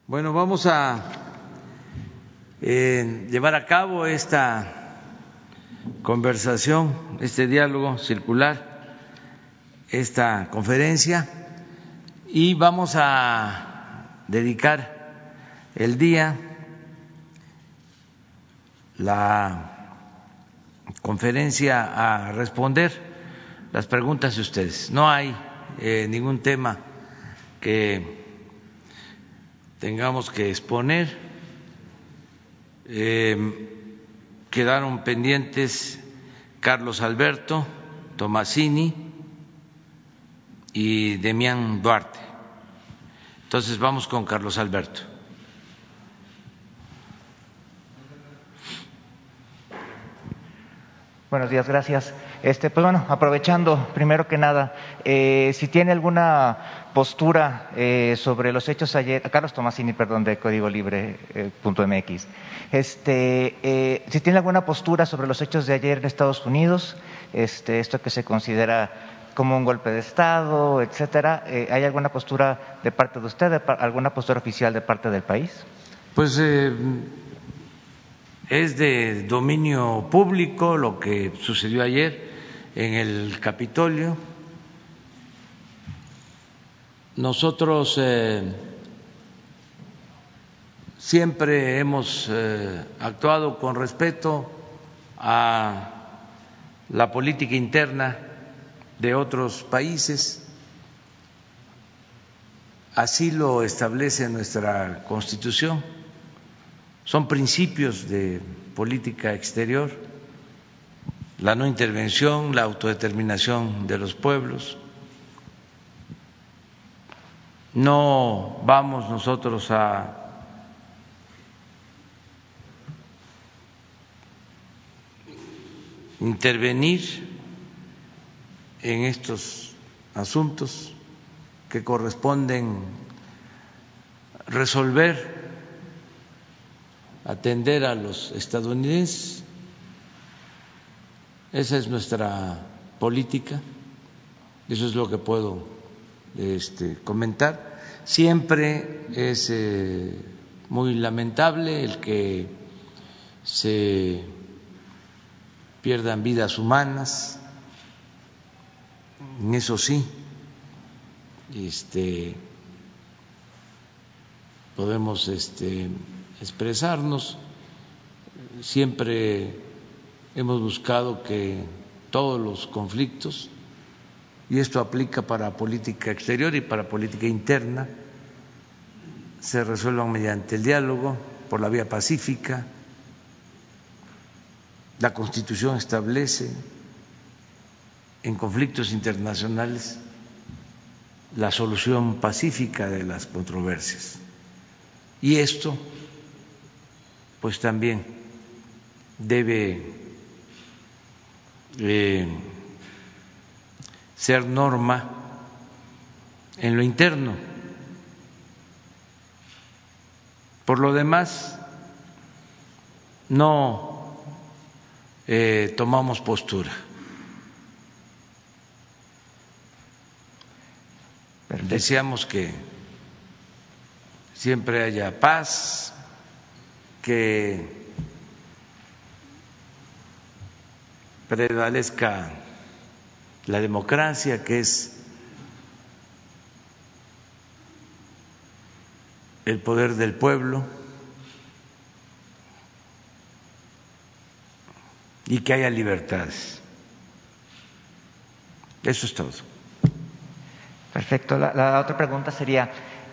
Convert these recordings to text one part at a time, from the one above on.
Bueno, vamos a llevar a cabo esta conversación, este diálogo circular, esta conferencia, y vamos a dedicar el día, la conferencia, a responder las preguntas de ustedes. No hay ningún tema que tengamos que exponer. Quedaron pendientes Carlos Alberto Tomasini y Demián Duarte. Entonces vamos con Carlos Alberto. Buenos días, gracias. Pues bueno, aprovechando, primero que nada, si tiene alguna postura sobre los hechos ayer, Carlos Tomasini, perdón, de Código Libre.mx, si tiene alguna postura sobre los hechos de ayer en Estados Unidos, esto que se considera como un golpe de Estado, etcétera, ¿hay alguna postura de parte de usted, alguna postura oficial de parte del país? Pues es de dominio público lo que sucedió ayer en el Capitolio. Nosotros siempre hemos actuado con respeto a la política interna de otros países. Así lo establece nuestra Constitución. Son principios de política exterior: la no intervención, la autodeterminación de los pueblos. No vamos nosotros a intervenir en estos asuntos que corresponden resolver, atender a los estadounidenses. Esa es nuestra política, eso es lo que puedo comentar. Siempre es muy lamentable el que se pierdan vidas humanas, en eso sí, podemos expresarnos. Siempre hemos buscado que todos los conflictos, y esto aplica para política exterior y para política interna, se resuelvan mediante el diálogo, por la vía pacífica. La Constitución establece en conflictos internacionales la solución pacífica de las controversias, y esto pues también debe ser norma en lo interno. Por lo demás, no tomamos postura. Deseamos que siempre haya paz, que prevalezca la democracia, que es el poder del pueblo, y que haya libertades. Eso es todo. Perfecto. La otra pregunta sería,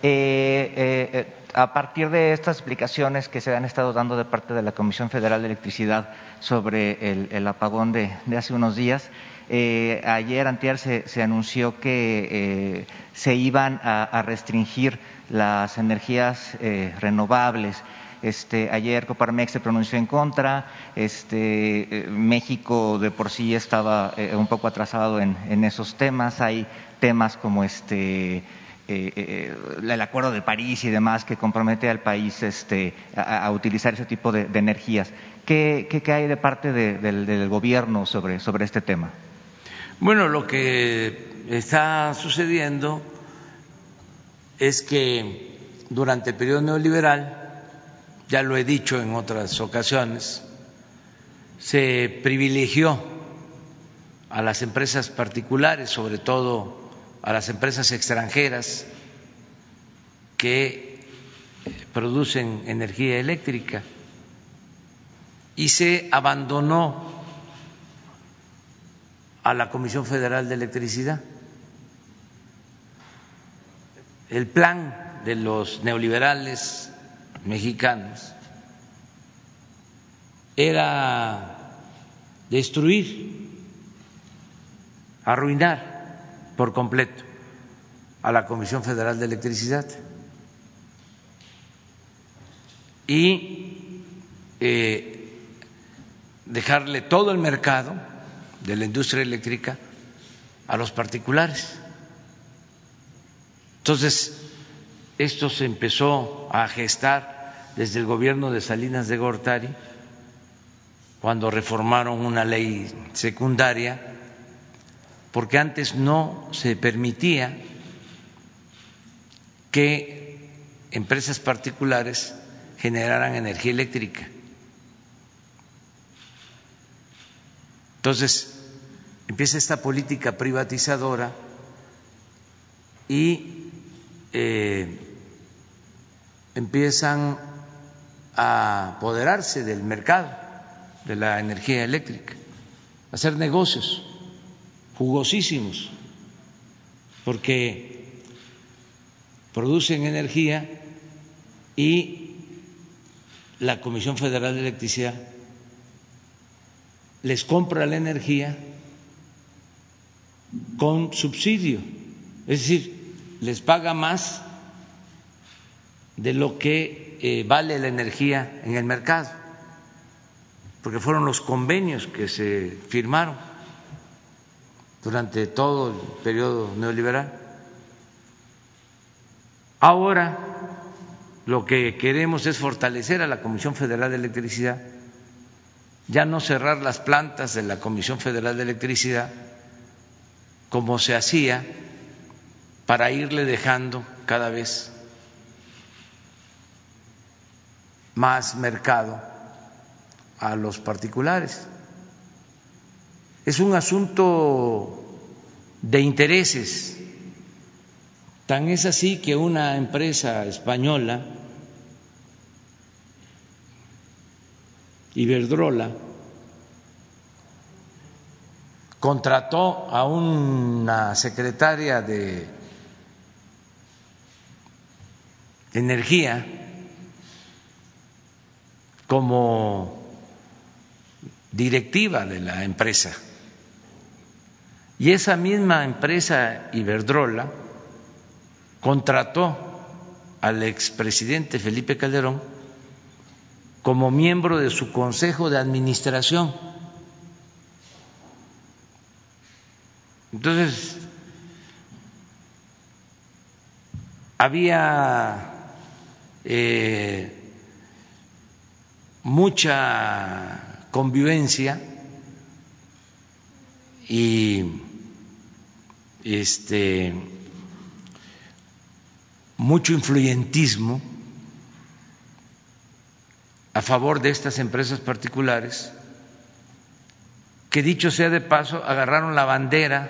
a partir de estas explicaciones que se han estado dando de parte de la Comisión Federal de Electricidad sobre el apagón de hace unos días, ayer, antier, se anunció que se iban a restringir las energías renovables. Ayer Coparmex se pronunció en contra. México de por sí estaba un poco atrasado en esos temas. Hay temas como el Acuerdo de París y demás que compromete al país a utilizar ese tipo de energías. ¿Qué hay de parte del gobierno sobre este tema? Bueno, lo que está sucediendo es que durante el periodo neoliberal, ya lo he dicho en otras ocasiones, se privilegió a las empresas particulares, sobre todo a las empresas extranjeras que producen energía eléctrica, y se abandonó a la Comisión Federal de Electricidad. El plan de los neoliberales mexicanos era destruir, arruinar por completo a la Comisión Federal de Electricidad y dejarle todo el mercado de la industria eléctrica a los particulares. Entonces, esto se empezó a gestar desde el gobierno de Salinas de Gortari, cuando reformaron una ley secundaria, porque antes no se permitía que empresas particulares generaran energía eléctrica. Entonces, empieza esta política privatizadora y empiezan a apoderarse del mercado de la energía eléctrica, a hacer negocios jugosísimos, porque producen energía y la Comisión Federal de Electricidad les compra la energía con subsidio, es decir, les paga más de lo que vale la energía en el mercado, porque fueron los convenios que se firmaron durante todo el periodo neoliberal. Ahora lo que queremos es fortalecer a la Comisión Federal de Electricidad, ya no cerrar las plantas de la Comisión Federal de Electricidad como se hacía, para irle dejando cada vez más mercado a los particulares. Es un asunto de intereses. Tan es así que una empresa española, Iberdrola, contrató a una secretaria de Energía como directiva de la empresa. Y esa misma empresa Iberdrola contrató al expresidente Felipe Calderón como miembro de su consejo de administración. Entonces, había mucha convivencia y mucho influyentismo a favor de estas empresas particulares que, dicho sea de paso, agarraron la bandera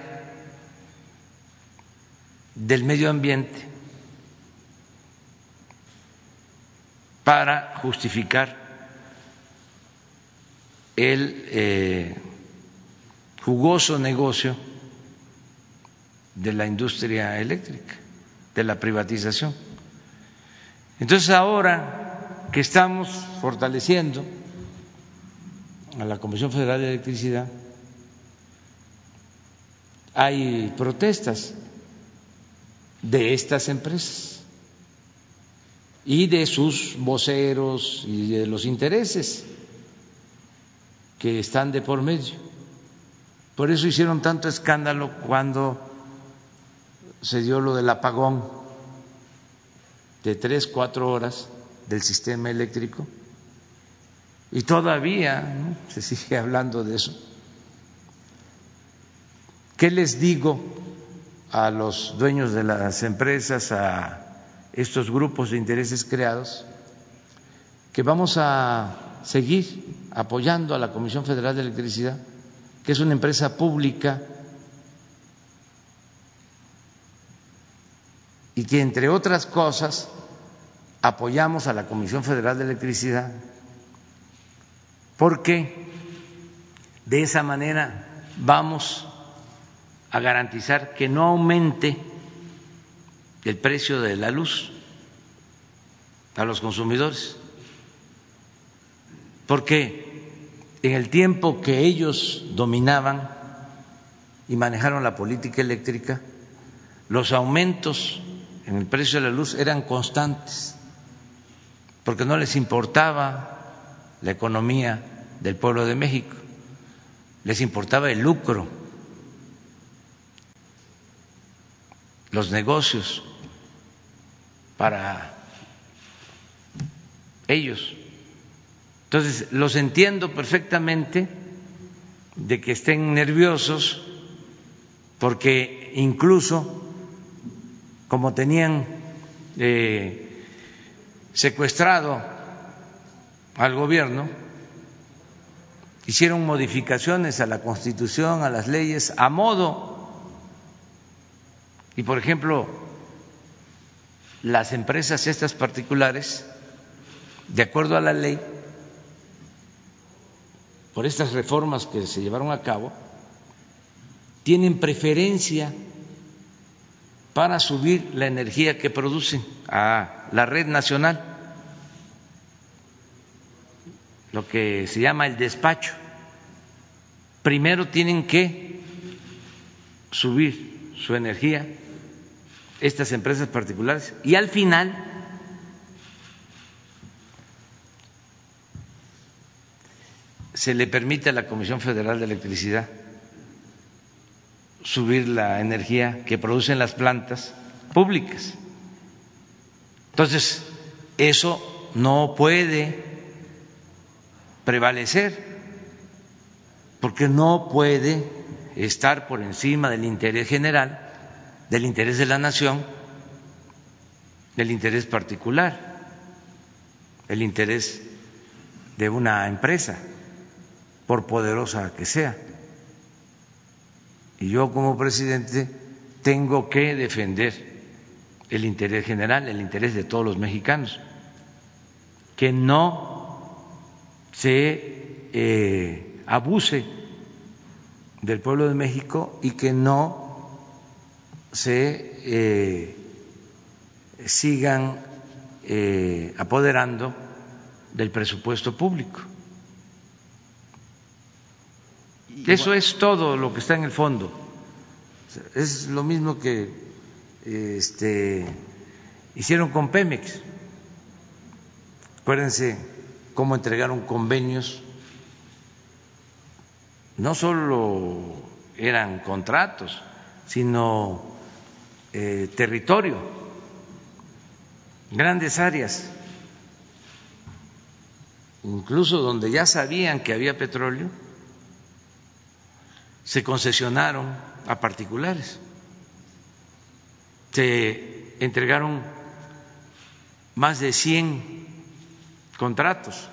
del medio ambiente para justificar el jugoso negocio de la industria eléctrica, de la privatización. Entonces, ahora que estamos fortaleciendo a la Comisión Federal de Electricidad, hay protestas de estas empresas y de sus voceros y de los intereses que están de por medio. Por eso hicieron tanto escándalo cuando se dio lo del apagón de 3-4 horas del sistema eléctrico, y todavía, ¿no?, se sigue hablando de eso. ¿Qué les digo a los dueños de las empresas, a estos grupos de intereses creados, que vamos a seguir apoyando a la Comisión Federal de Electricidad, que es una empresa pública y que, entre otras cosas, apoyamos a la Comisión Federal de Electricidad porque de esa manera vamos a garantizar que no aumente el precio de la luz a los consumidores, porque en el tiempo que ellos dominaban y manejaron la política eléctrica, los aumentos en el precio de la luz eran constantes, porque no les importaba la economía del pueblo de México, les importaba el lucro, los negocios para ellos. Entonces, los entiendo perfectamente de que estén nerviosos, porque incluso como tenían secuestrado al gobierno, hicieron modificaciones a la Constitución, a las leyes, a modo. Y, por ejemplo, las empresas estas particulares, de acuerdo a la ley, por estas reformas que se llevaron a cabo, tienen preferencia para subir la energía que producen a la red nacional, lo que se llama el despacho. Primero tienen que subir su energía estas empresas particulares y al final se le permite a la Comisión Federal de Electricidad subir la energía que producen las plantas públicas. Entonces, eso no puede prevalecer, porque no puede estar por encima del interés general, del interés de la nación, del interés particular, el interés de una empresa, por poderosa que sea. Y yo, como presidente, tengo que defender el interés general, el interés de todos los mexicanos, que no se abuse del pueblo de México y que no se sigan apoderando del presupuesto público. Eso es todo lo que está en el fondo. Es lo mismo que hicieron con Pemex. Acuérdense cómo entregaron convenios. No solo eran contratos, sino territorio, grandes áreas, incluso donde ya sabían que había petróleo, se concesionaron a particulares, se entregaron más de 100 contratos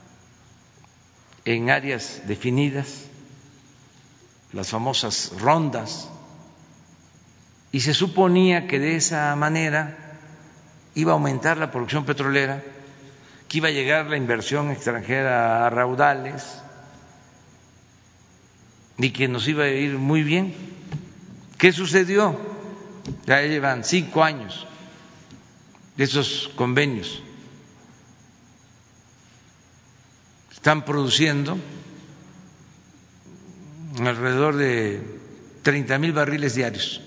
en áreas definidas, las famosas rondas, y se suponía que de esa manera iba a aumentar la producción petrolera, que iba a llegar la inversión extranjera a raudales y que nos iba a ir muy bien. ¿Qué sucedió? Ya llevan 5 años de esos convenios. Están produciendo alrededor de 30,000 barriles diarios.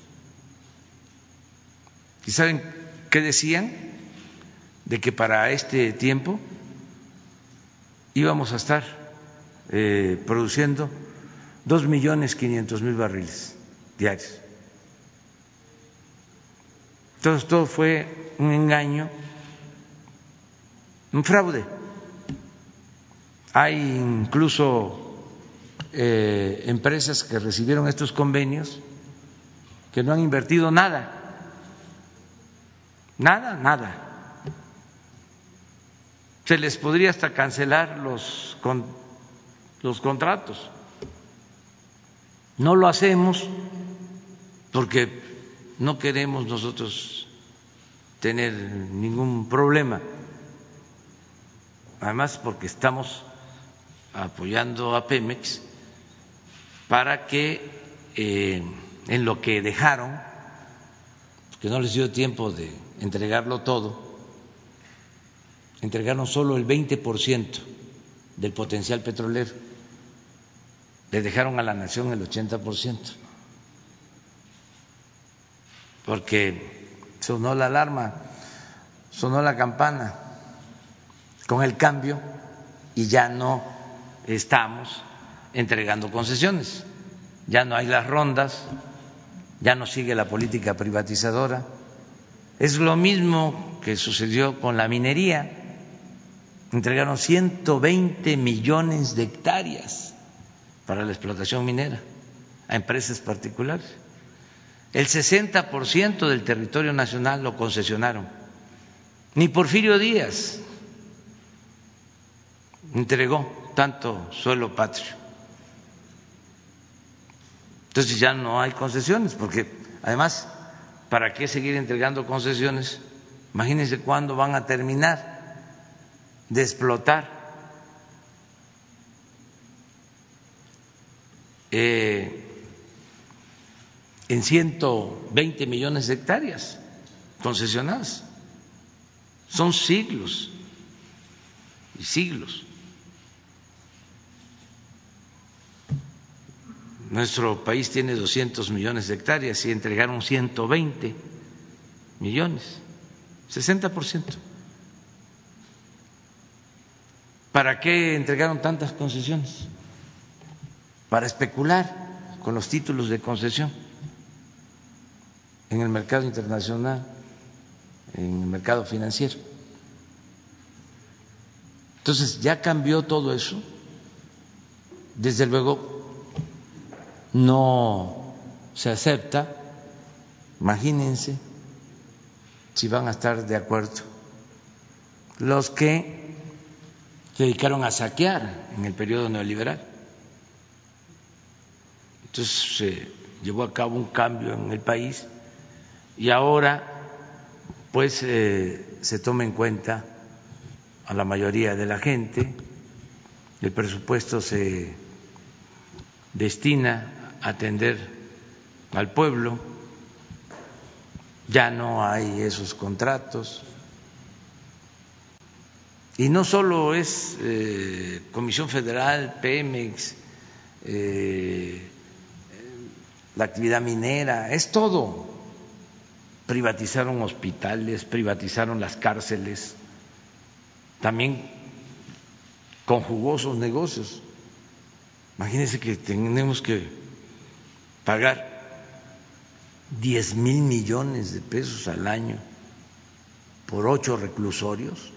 ¿Y saben qué decían? De que para este tiempo íbamos a estar produciendo 2,500,000 barriles diarios. Entonces todo fue un engaño, un fraude. Hay incluso empresas que recibieron estos convenios que no han invertido nada Nada, nada. Se les podría hasta cancelar los contratos. No lo hacemos porque no queremos nosotros tener ningún problema. Además, porque estamos apoyando a Pemex para que en lo que dejaron, que no les dio tiempo de entregarlo todo, entregaron solo el 20% del potencial petrolero, le dejaron a la nación el 80%, porque sonó la alarma, sonó la campana con el cambio y ya no estamos entregando concesiones, ya no hay las rondas, ya no sigue la política privatizadora. Es lo mismo que sucedió con la minería. Entregaron 120 millones de hectáreas para la explotación minera a empresas particulares. El 60% del territorio nacional lo concesionaron. Ni Porfirio Díaz entregó tanto suelo patrio. Entonces ya no hay concesiones, porque además, ¿para qué seguir entregando concesiones? Imagínense cuándo van a terminar de explotar en 120 millones de hectáreas concesionadas. Son siglos y siglos. Nuestro país tiene 200 millones de hectáreas y entregaron 120 millones, 60%. ¿Para qué entregaron tantas concesiones? Para especular con los títulos de concesión en el mercado internacional, en el mercado financiero. Entonces ya cambió todo eso. Desde luego no se acepta. Imagínense si van a estar de acuerdo los que se dedicaron a saquear en el periodo neoliberal. Entonces se llevó a cabo un cambio en el país y ahora pues se toma en cuenta a la mayoría de la gente, el presupuesto se destina a atender al pueblo, ya no hay esos contratos. Y no solo es Comisión Federal, Pemex, la actividad minera, es todo. Privatizaron hospitales, privatizaron las cárceles, también con jugosos negocios. Imagínense que tenemos que pagar 10,000 millones de pesos al año por 8 reclusorios.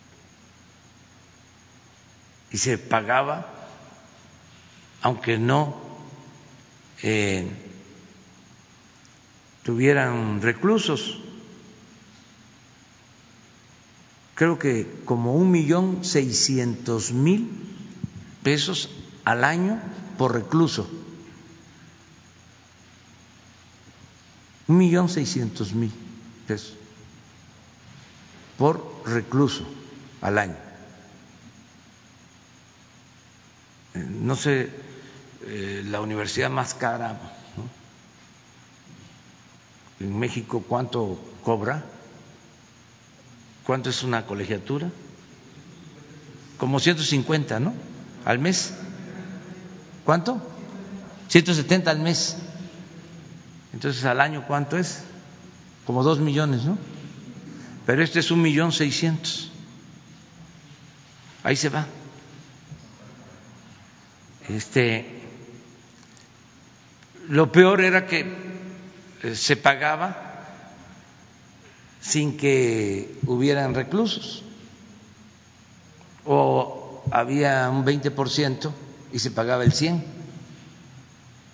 Y se pagaba aunque no tuvieran reclusos, creo que como 1,600,000 pesos al año por recluso. 1,600,000 pesos por recluso al año. No sé, la universidad más cara, ¿no?, en México, ¿cuánto cobra? ¿Cuánto es una colegiatura? Como 150, ¿no?, al mes. ¿Cuánto? 170 al mes. Entonces, al año, ¿cuánto es? Como 2 millones, ¿no? Pero este es 1,600,000. Ahí se va. Lo peor era que se pagaba sin que hubieran reclusos, o había un 20% y se pagaba el 100%.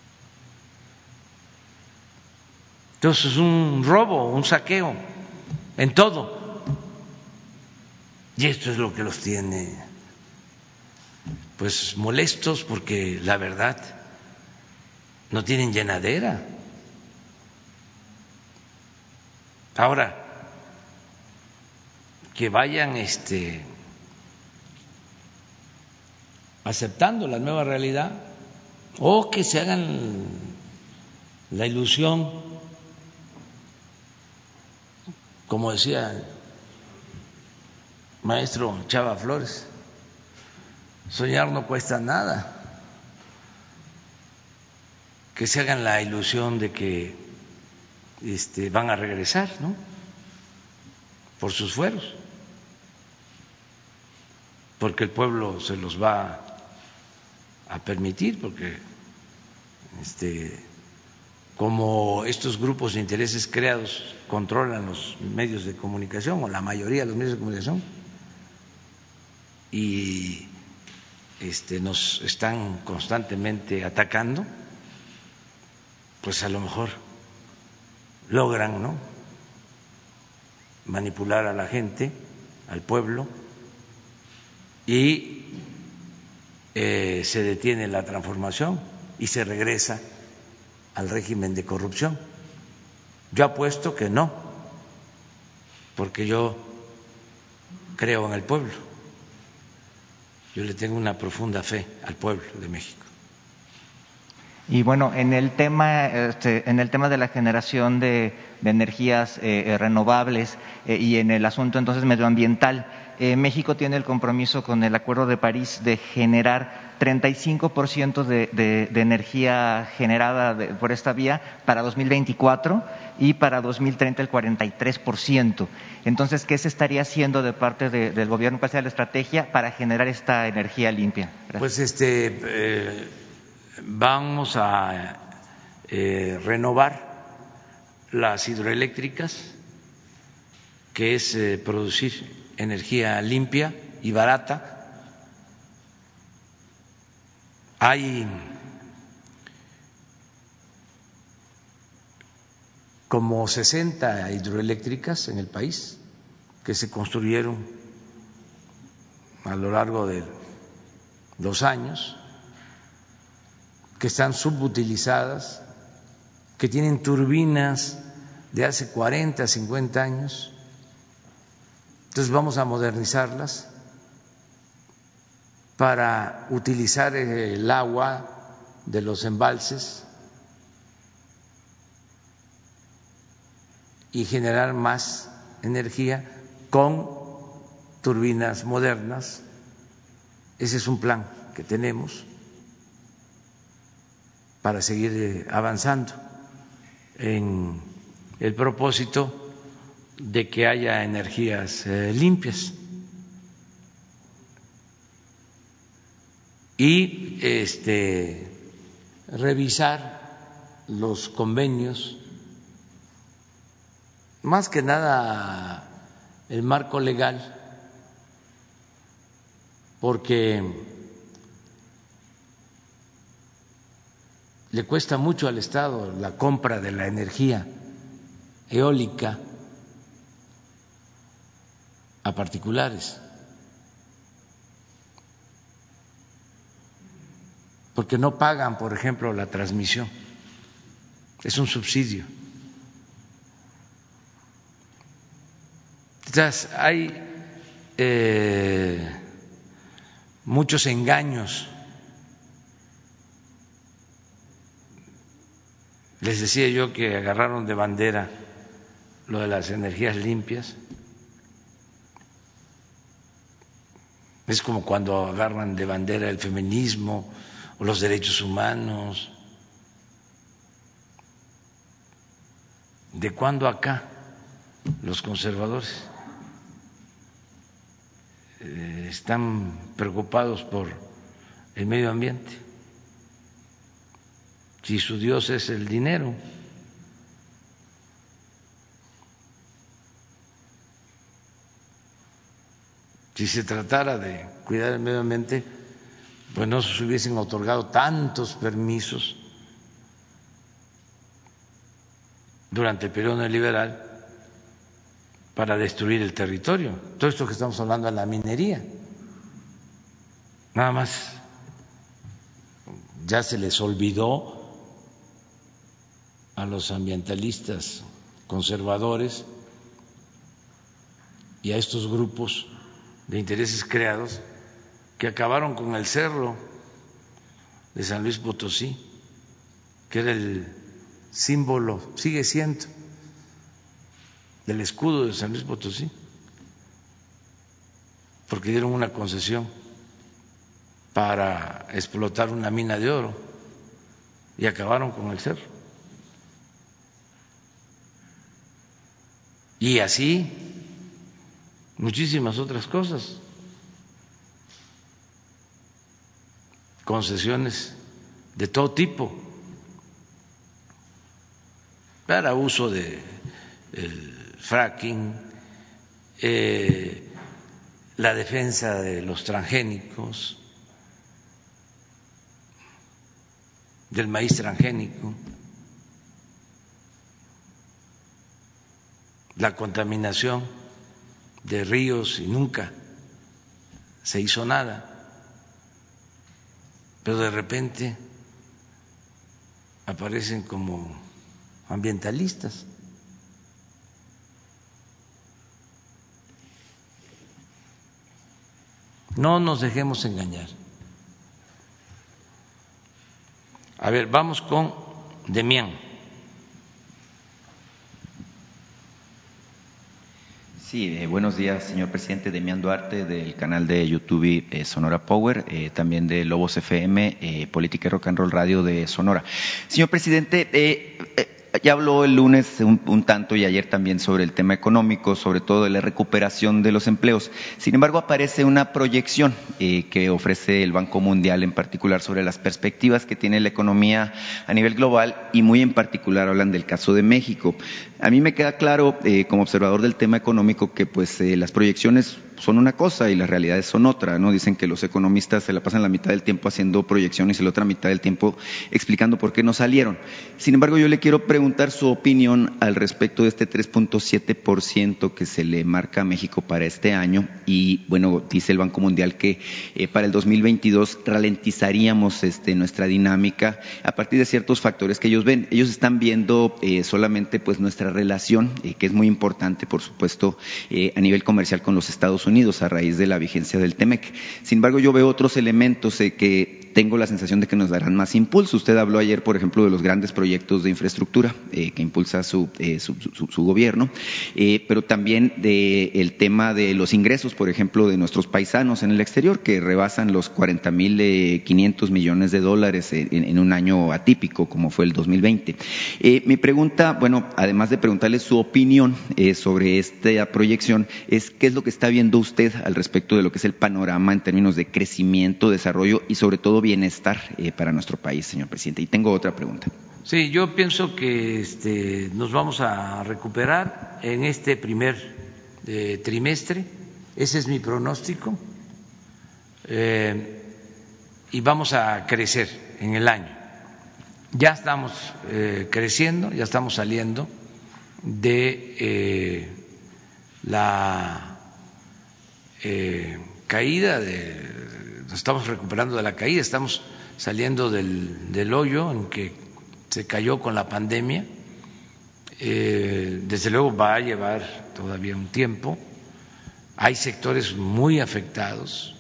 Entonces es un robo, un saqueo en todo. Y esto es lo que los tiene pues molestos, porque la verdad no tienen llenadera. Ahora, que vayan aceptando la nueva realidad, o que se hagan la ilusión, como decía el maestro Chava Flores, soñar no cuesta nada. Que se hagan la ilusión de que van a regresar, ¿no?, por sus fueros, porque el pueblo se los va a permitir, porque como estos grupos de intereses creados controlan los medios de comunicación, o la mayoría de los medios de comunicación, y nos están constantemente atacando, pues a lo mejor logran, ¿no?, manipular a la gente, al pueblo, y se detiene la transformación y se regresa al régimen de corrupción. Yo apuesto que no, porque yo creo en el pueblo, yo le tengo una profunda fe al pueblo de México. Y bueno, en el tema de la generación de energías renovables y en el asunto entonces medioambiental, México tiene el compromiso con el Acuerdo de París de generar 35% de energía generada por esta vía para 2024 y para 2030 el 43%. Entonces, ¿qué se estaría haciendo de parte del gobierno? ¿Cuál sería la estrategia para generar esta energía limpia? Gracias. Pues vamos a renovar las hidroeléctricas, que es producir energía limpia y barata. Hay como 60 hidroeléctricas en el país que se construyeron a lo largo de los años, que están subutilizadas, que tienen turbinas de hace 40, 50 años. Entonces vamos a modernizarlas para utilizar el agua de los embalses y generar más energía con turbinas modernas. Ese es un plan que tenemos para seguir avanzando en el propósito de que haya energías limpias. Y revisar los convenios, más que nada el marco legal, porque le cuesta mucho al Estado la compra de la energía eólica a particulares, porque no pagan, por ejemplo, la transmisión, es un subsidio. Entonces, hay muchos engaños. Les decía yo que agarraron de bandera lo de las energías limpias. Es como cuando agarran de bandera el feminismo o los derechos humanos. ¿De cuándo acá los conservadores están preocupados por el medio ambiente? Si su Dios es el dinero. Si se tratara de cuidar el medio ambiente, pues no se hubiesen otorgado tantos permisos durante el periodo neoliberal para destruir el territorio. Todo esto que estamos hablando de la minería, nada más ya se les olvidó a los ambientalistas conservadores y a estos grupos de intereses creados que acabaron con el cerro de San Luis Potosí, que era el símbolo, sigue siendo, del escudo de San Luis Potosí, porque dieron una concesión para explotar una mina de oro y acabaron con el cerro. Y así muchísimas otras cosas, concesiones de todo tipo para uso de fracking, la defensa de los transgénicos, del maíz transgénico, la contaminación de ríos y nunca se hizo nada, pero de repente aparecen como ambientalistas. No nos dejemos engañar. A ver, vamos con Demián. Sí, buenos días, señor presidente. Demián Duarte, del canal de YouTube Sonora Power, también de Lobos FM, Política y Rock and Roll Radio de Sonora. Señor presidente, ya habló el lunes un tanto y ayer también sobre el tema económico, sobre todo de la recuperación de los empleos. Sin embargo, aparece una proyección que ofrece el Banco Mundial en particular sobre las perspectivas que tiene la economía a nivel global y muy en particular hablan del caso de México. A mí me queda claro, como observador del tema económico, que pues las proyecciones son una cosa y las realidades son otra, ¿no? Dicen que los economistas se la pasan la mitad del tiempo haciendo proyecciones y la otra mitad del tiempo explicando por qué no salieron. Sin embargo, yo le quiero preguntar su opinión al respecto de este 3.7% que se le marca a México para este año y, bueno, dice el Banco Mundial que para el 2022 ralentizaríamos nuestra dinámica a partir de ciertos factores que ellos ven. Ellos están viendo solamente pues nuestra relación, que es muy importante, por supuesto, a nivel comercial con los Estados Unidos a raíz de la vigencia del TEMEC. Sin embargo, yo veo otros elementos que tengo la sensación de que nos darán más impulso. Usted habló ayer, por ejemplo, de los grandes proyectos de infraestructura que impulsa su gobierno, pero también del tema de los ingresos, por ejemplo, de nuestros paisanos en el exterior, que rebasan los 40.500 millones de dólares en un año atípico, como fue el 2020. Mi pregunta, bueno, además de preguntarle su opinión sobre esta proyección, es qué es lo que está viendo usted al respecto de lo que es el panorama en términos de crecimiento, desarrollo y sobre todo bienestar para nuestro país, señor presidente. Y tengo otra pregunta. Sí, yo pienso que nos vamos a recuperar en este primer trimestre, ese es mi pronóstico, y vamos a crecer en el año. Ya estamos creciendo, ya estamos saliendo de la caída, nos estamos recuperando de la caída, estamos saliendo del hoyo en que se cayó con la pandemia. Desde luego va a llevar todavía un tiempo. Hay sectores muy afectados,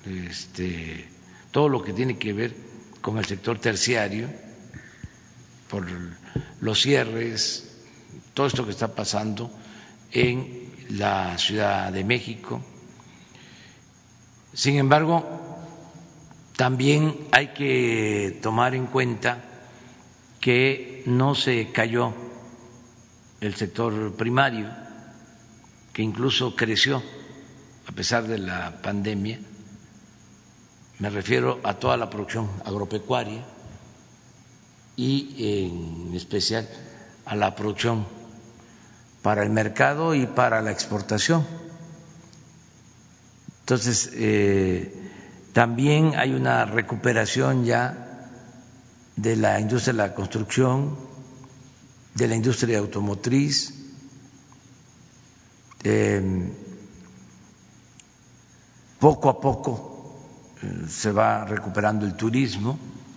todo lo que tiene que ver con el sector terciario, por los cierres, todo esto que está pasando en la Ciudad de México. Sin embargo, también hay que tomar en cuenta que no se cayó el sector primario, que incluso creció a pesar de la pandemia. Me refiero a toda la producción agropecuaria y en especial a la producción para el mercado y para la exportación. Entonces, también hay una recuperación ya de la industria de la construcción, de la industria automotriz. Poco a poco se va recuperando el turismo.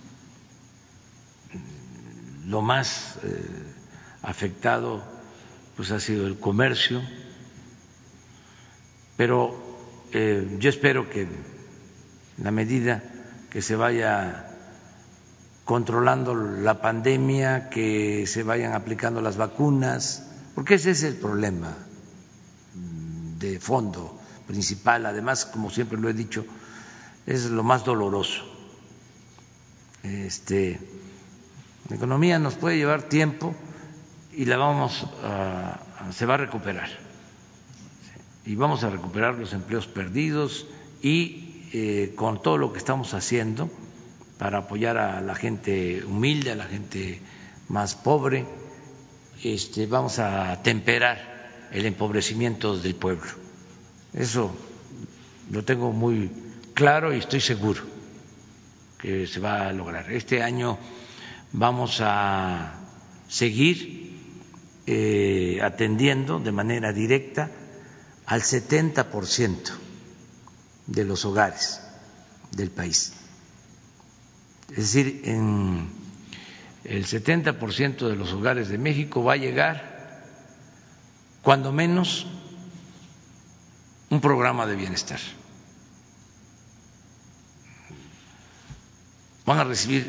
Lo más afectado pues ha sido el comercio, pero yo espero que en la medida que se vaya controlando la pandemia, que se vayan aplicando las vacunas, porque ese es el problema de fondo principal. Además, como siempre lo he dicho, es lo más doloroso. La economía nos puede llevar tiempo y se va a recuperar. Y vamos a recuperar los empleos perdidos y con todo lo que estamos haciendo para apoyar a la gente humilde, a la gente más pobre, vamos a temperar el empobrecimiento del pueblo. Eso lo tengo muy claro y estoy seguro que se va a lograr. Este año vamos a seguir atendiendo de manera directa al 70% de los hogares del país. Es decir, en el 70% de los hogares de México va a llegar, cuando menos, un programa de bienestar. Van a recibir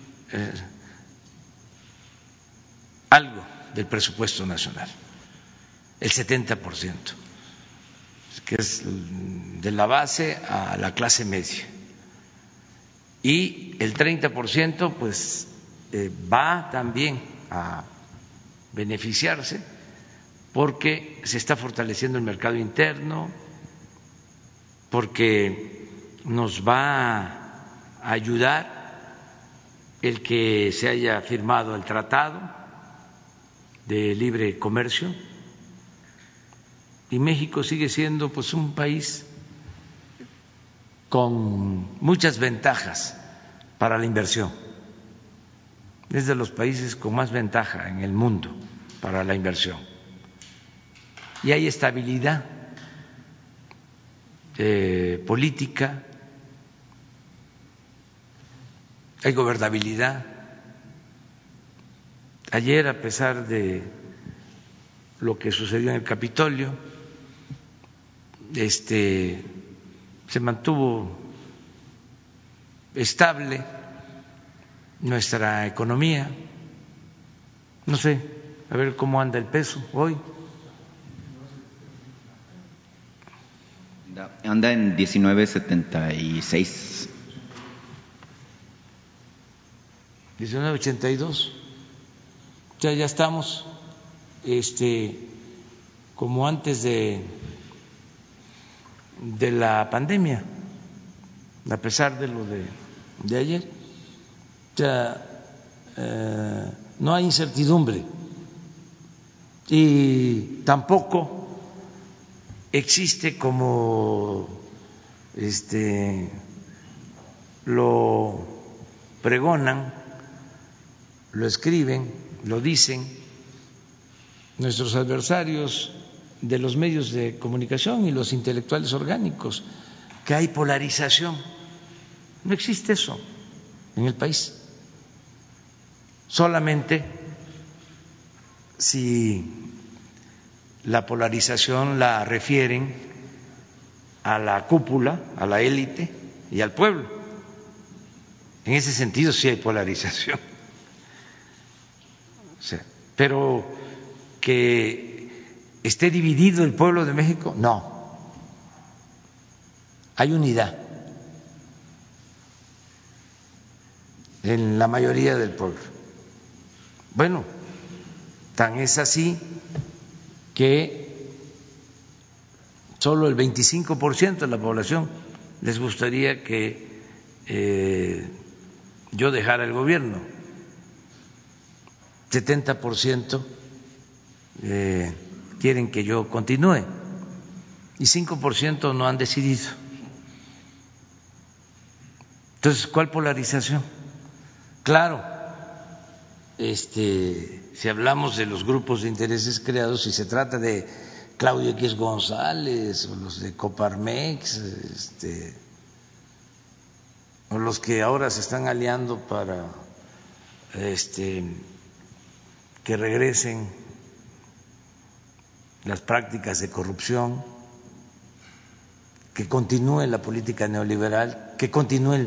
algo del presupuesto nacional, el 70%, que es de la base a la clase media. Y el 30% pues va también a beneficiarse porque se está fortaleciendo el mercado interno, porque nos va a ayudar el que se haya firmado el tratado de libre comercio, y México sigue siendo pues un país con muchas ventajas para la inversión. Es de los países con más ventaja en el mundo para la inversión. Y hay estabilidad política, hay gobernabilidad. Ayer, a pesar de lo que sucedió en el Capitolio, se mantuvo estable nuestra economía. No sé, a ver cómo anda el peso hoy. Anda en 19.76. 19.82. Ya estamos como antes de la pandemia, a pesar de lo de ayer. No hay incertidumbre y tampoco existe, como lo pregonan, lo escriben, lo dicen nuestros adversarios de los medios de comunicación y los intelectuales orgánicos, que hay polarización. No existe eso en el país. Solamente si la polarización la refieren a la cúpula, a la élite y al pueblo. En ese sentido sí hay polarización. Pero que esté dividido el pueblo de México, no. Hay unidad en la mayoría del pueblo. Bueno, tan es así que solo el 25% de la población les gustaría que yo dejara el gobierno, 70% quieren que yo continúe y 5% no han decidido. Entonces, ¿cuál polarización? Claro, si hablamos de los grupos de intereses creados y se trata de Claudio X González o los de Coparmex, o los que ahora se están aliando para que regresen las prácticas de corrupción, que continúe la política neoliberal, que continúe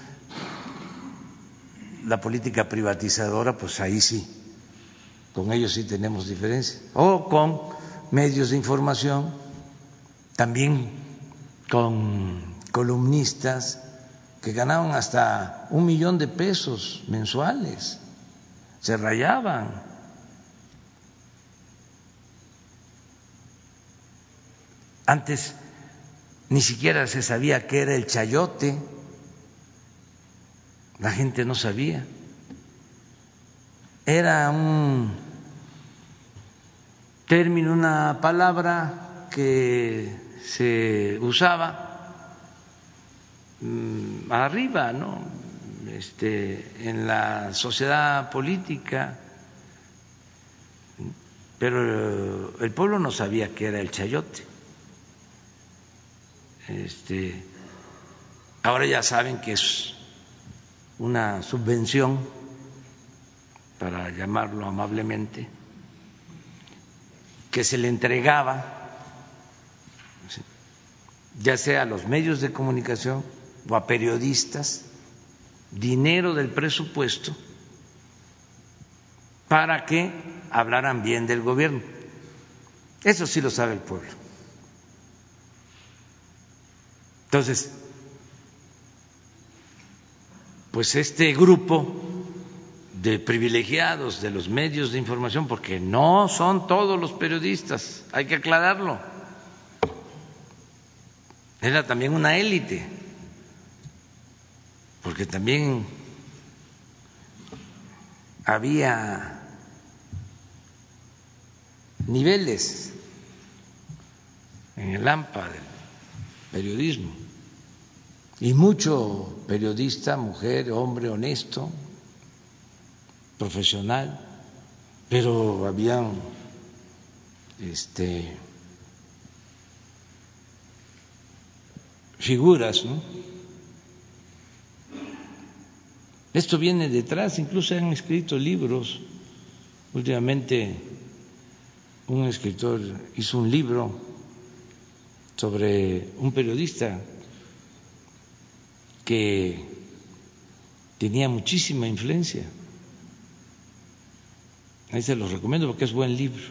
la política privatizadora, pues ahí sí, con ellos sí tenemos diferencias. O con medios de información, también con columnistas que ganaban hasta $1,000,000 mensuales, se rayaban. Antes ni siquiera se sabía qué era el chayote, la gente no sabía. Era un término, una palabra que se usaba arriba, ¿no? En la sociedad política, pero el pueblo no sabía qué era el chayote. Ahora ya saben que es una subvención, para llamarlo amablemente, que se le entregaba ya sea a los medios de comunicación o a periodistas, dinero del presupuesto para que hablaran bien del gobierno. Eso sí lo sabe el pueblo. Entonces, pues este grupo de privilegiados de los medios de información, porque no son todos los periodistas, hay que aclararlo, era también una élite, porque también había niveles en el AMPA del periodismo, y mucho periodista, mujer, hombre honesto, profesional, pero habían figuras, ¿no? Esto viene detrás, incluso han escrito libros. Últimamente un escritor hizo un libro sobre un periodista que tenía muchísima influencia. Ahí se los recomiendo porque es buen libro.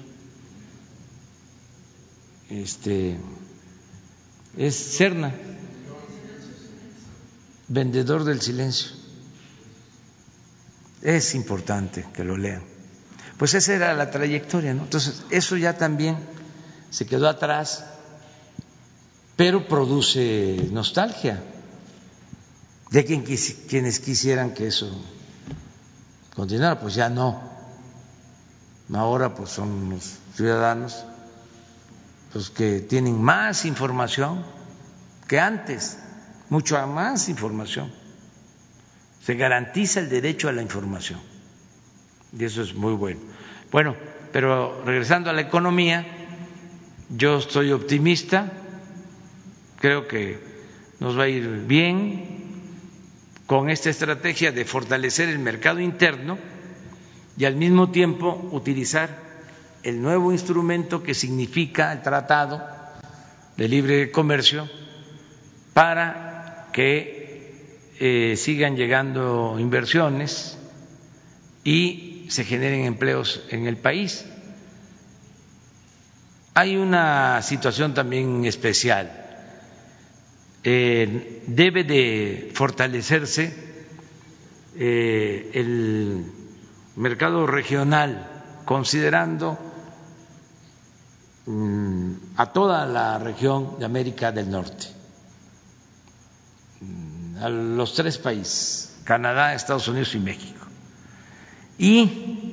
Es Serna, Vendedor del Silencio. Es importante que lo lean. Pues esa era la trayectoria, ¿no? Entonces, eso ya también se quedó atrás, pero produce nostalgia de quienes quisieran que eso continuara. Pues ya no. Ahora pues son los ciudadanos pues que tienen más información que antes, mucha más información. Se garantiza el derecho a la información y eso es muy bueno. Bueno, pero regresando a la economía, yo estoy optimista, creo que nos va a ir bien con esta estrategia de fortalecer el mercado interno y al mismo tiempo utilizar el nuevo instrumento que significa el Tratado de Libre Comercio para que sigan llegando inversiones y se generen empleos en el país. Hay una situación también especial. Debe de fortalecerse el mercado regional, considerando a toda la región de América del Norte, a los 3 países, Canadá, Estados Unidos y México. Y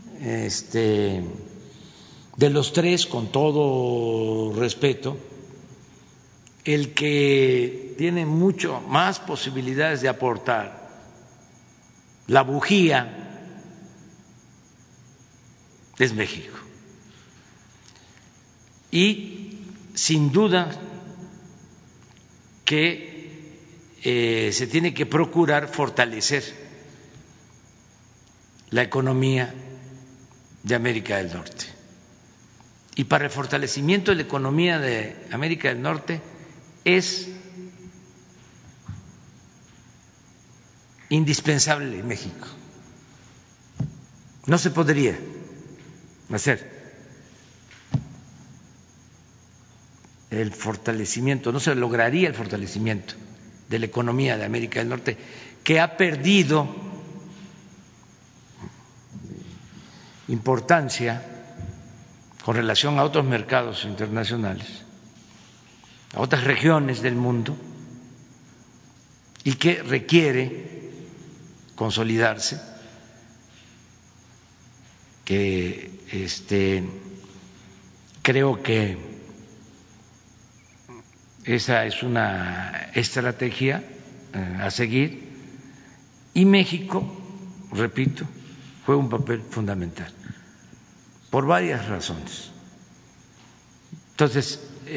de los 3, con todo respeto, el que tiene mucho más posibilidades de aportar la bujía es México. y sin duda que se tiene que procurar fortalecer la economía de América del Norte. Y para el fortalecimiento de la economía de América del Norte es indispensable México. No se podría hacer el fortalecimiento, no se lograría el fortalecimiento de la economía de América del Norte, que ha perdido importancia con relación a otros mercados internacionales, a otras regiones del mundo, y que requiere consolidarse, que creo que esa es una estrategia a seguir, y México, repito, juega un papel fundamental por varias razones. Entonces,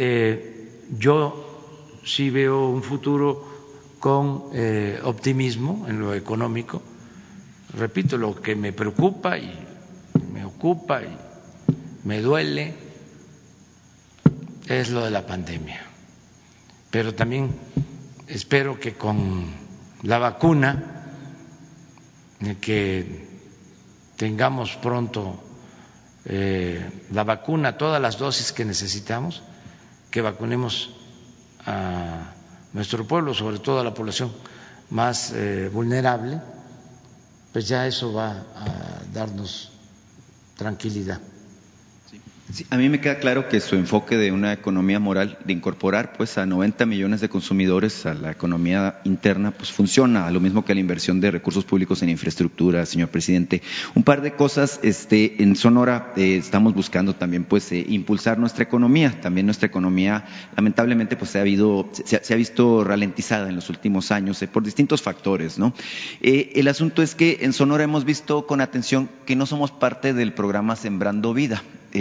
yo sí veo un futuro con optimismo en lo económico. Repito, lo que me preocupa y me ocupa y me duele es lo de la pandemia, pero también espero que con la vacuna, que tengamos pronto la vacuna, todas las dosis que necesitamos, que vacunemos a nuestro pueblo, sobre todo a la población más vulnerable, pues ya eso va a darnos tranquilidad. Sí, a mí me queda claro que su enfoque de una economía moral, de incorporar pues a 90 millones de consumidores a la economía interna, pues funciona, a lo mismo que la inversión de recursos públicos en infraestructura, señor presidente. Un par de cosas, en Sonora estamos buscando también pues impulsar nuestra economía. También nuestra economía lamentablemente pues se ha visto ralentizada en los últimos años por distintos factores, ¿no? El asunto es que en Sonora hemos visto con atención que no somos parte del programa Sembrando Vida.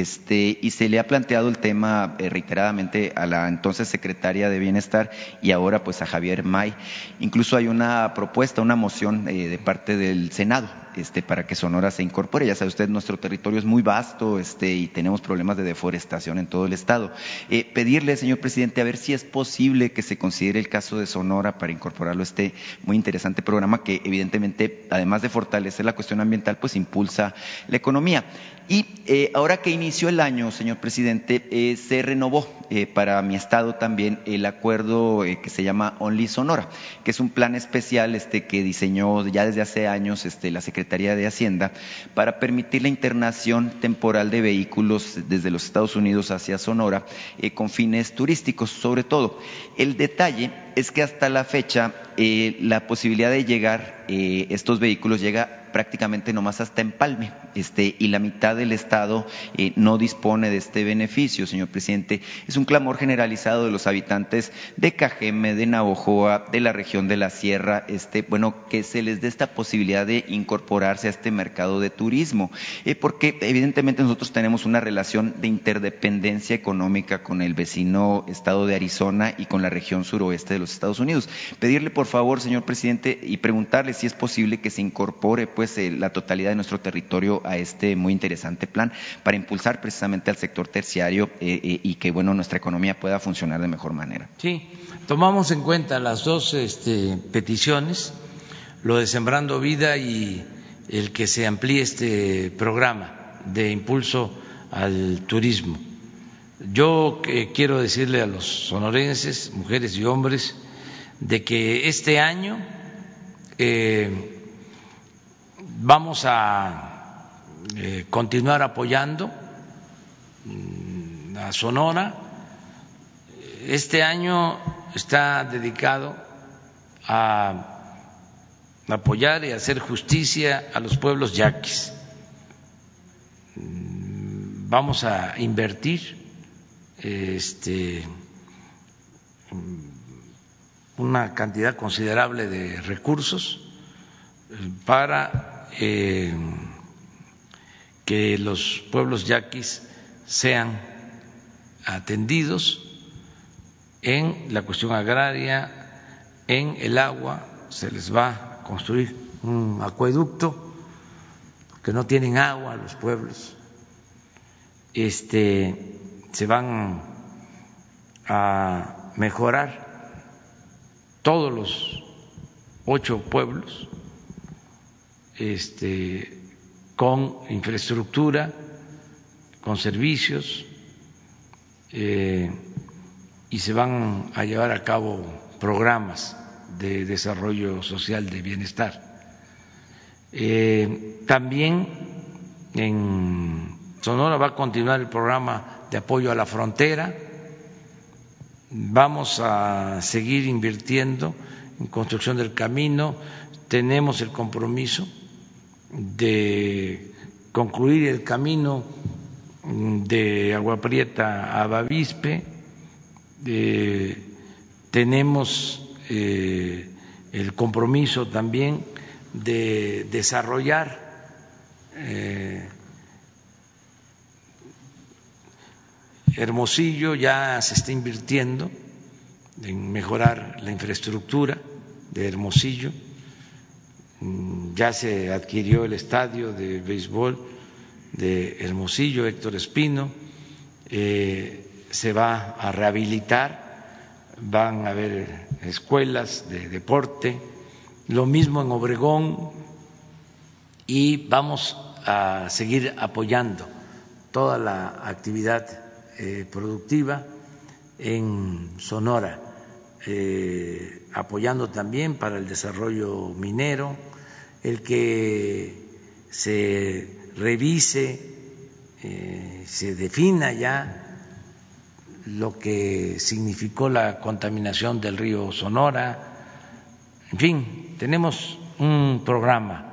Y se le ha planteado el tema reiteradamente a la entonces secretaria de Bienestar y ahora pues a Javier May. Incluso hay una propuesta, una moción de parte del Senado para que Sonora se incorpore. Ya sabe usted, nuestro territorio es muy vasto y tenemos problemas de deforestación en todo el estado. Pedirle, señor presidente, a ver si es posible que se considere el caso de Sonora para incorporarlo a este muy interesante programa que evidentemente, además de fortalecer la cuestión ambiental, pues impulsa la economía. Y ahora que inició el año, señor presidente, se renovó para mi estado también el acuerdo que se llama Only Sonora, que es un plan especial que diseñó ya desde hace años la Secretaría de Hacienda para permitir la internación temporal de vehículos desde los Estados Unidos hacia Sonora con fines turísticos, sobre todo. El detalle es que hasta la fecha la posibilidad de llegar, estos vehículos llega prácticamente nomás hasta Empalme, y la mitad del estado no dispone de este beneficio, señor presidente. Es un clamor generalizado de los habitantes de Cajeme, de Navojoa, de la región de la Sierra, que se les dé esta posibilidad de incorporarse a este mercado de turismo, porque evidentemente nosotros tenemos una relación de interdependencia económica con el vecino estado de Arizona y con la región suroeste de los Estados Unidos. Pedirle por favor, señor presidente, y preguntarle si es posible que se incorpore la totalidad de nuestro territorio a este muy interesante plan para impulsar precisamente al sector terciario y que nuestra economía pueda funcionar de mejor manera. Sí, tomamos en cuenta las dos peticiones, lo de Sembrando Vida y el que se amplíe este programa de impulso al turismo. Yo quiero decirle a los sonorenses, mujeres y hombres, de que este año vamos a continuar apoyando a Sonora. Este año está dedicado a apoyar y hacer justicia a los pueblos yaquis. Vamos a invertir una cantidad considerable de recursos para que los pueblos yaquis sean atendidos en la cuestión agraria, en el agua. Se les va a construir un acueducto, que no tienen agua los pueblos. Se van a mejorar todos los 8 pueblos con infraestructura, con servicios, y se van a llevar a cabo programas de desarrollo social, de bienestar. También en Sonora va a continuar el programa de apoyo a la frontera. Vamos a seguir invirtiendo en construcción del camino. Tenemos el compromiso de concluir el camino de Agua Prieta a Bavispe. Tenemos el compromiso también de desarrollar Hermosillo. Ya se está invirtiendo en mejorar la infraestructura de Hermosillo. Ya se adquirió el estadio de béisbol de Hermosillo, Héctor Espino. Se va a rehabilitar, van a haber escuelas de deporte, lo mismo en Obregón, y vamos a seguir apoyando toda la actividad productiva en Sonora, apoyando también para el desarrollo minero, el que se revise, se defina ya lo que significó la contaminación del río Sonora. En fin, tenemos un programa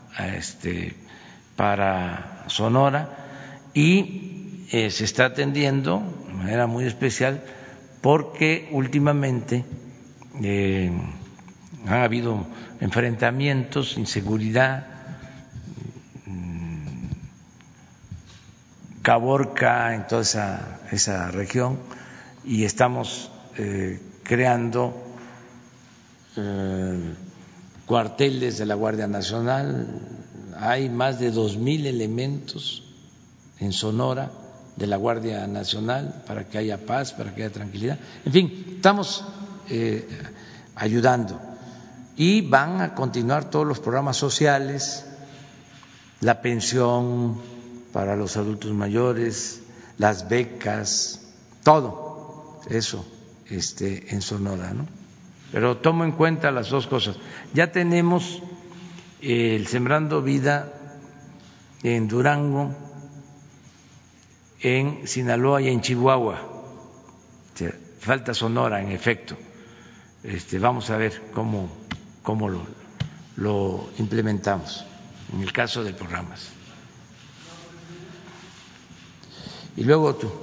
para Sonora, y se está atendiendo de manera muy especial porque últimamente ha habido enfrentamientos, inseguridad. Caborca, en toda esa región, y estamos creando cuarteles de la Guardia Nacional. Hay más de 2,000 elementos en Sonora de la Guardia Nacional para que haya paz, para que haya tranquilidad. En fin, estamos ayudando, y van a continuar todos los programas sociales, la pensión para los adultos mayores, las becas, todo eso en Sonora, ¿no? Pero tomo en cuenta las dos cosas. Ya tenemos el Sembrando Vida en Durango, en Sinaloa y en Chihuahua. Falta Sonora, en efecto. Vamos a ver cómo lo implementamos en el caso de programas. Y luego tú.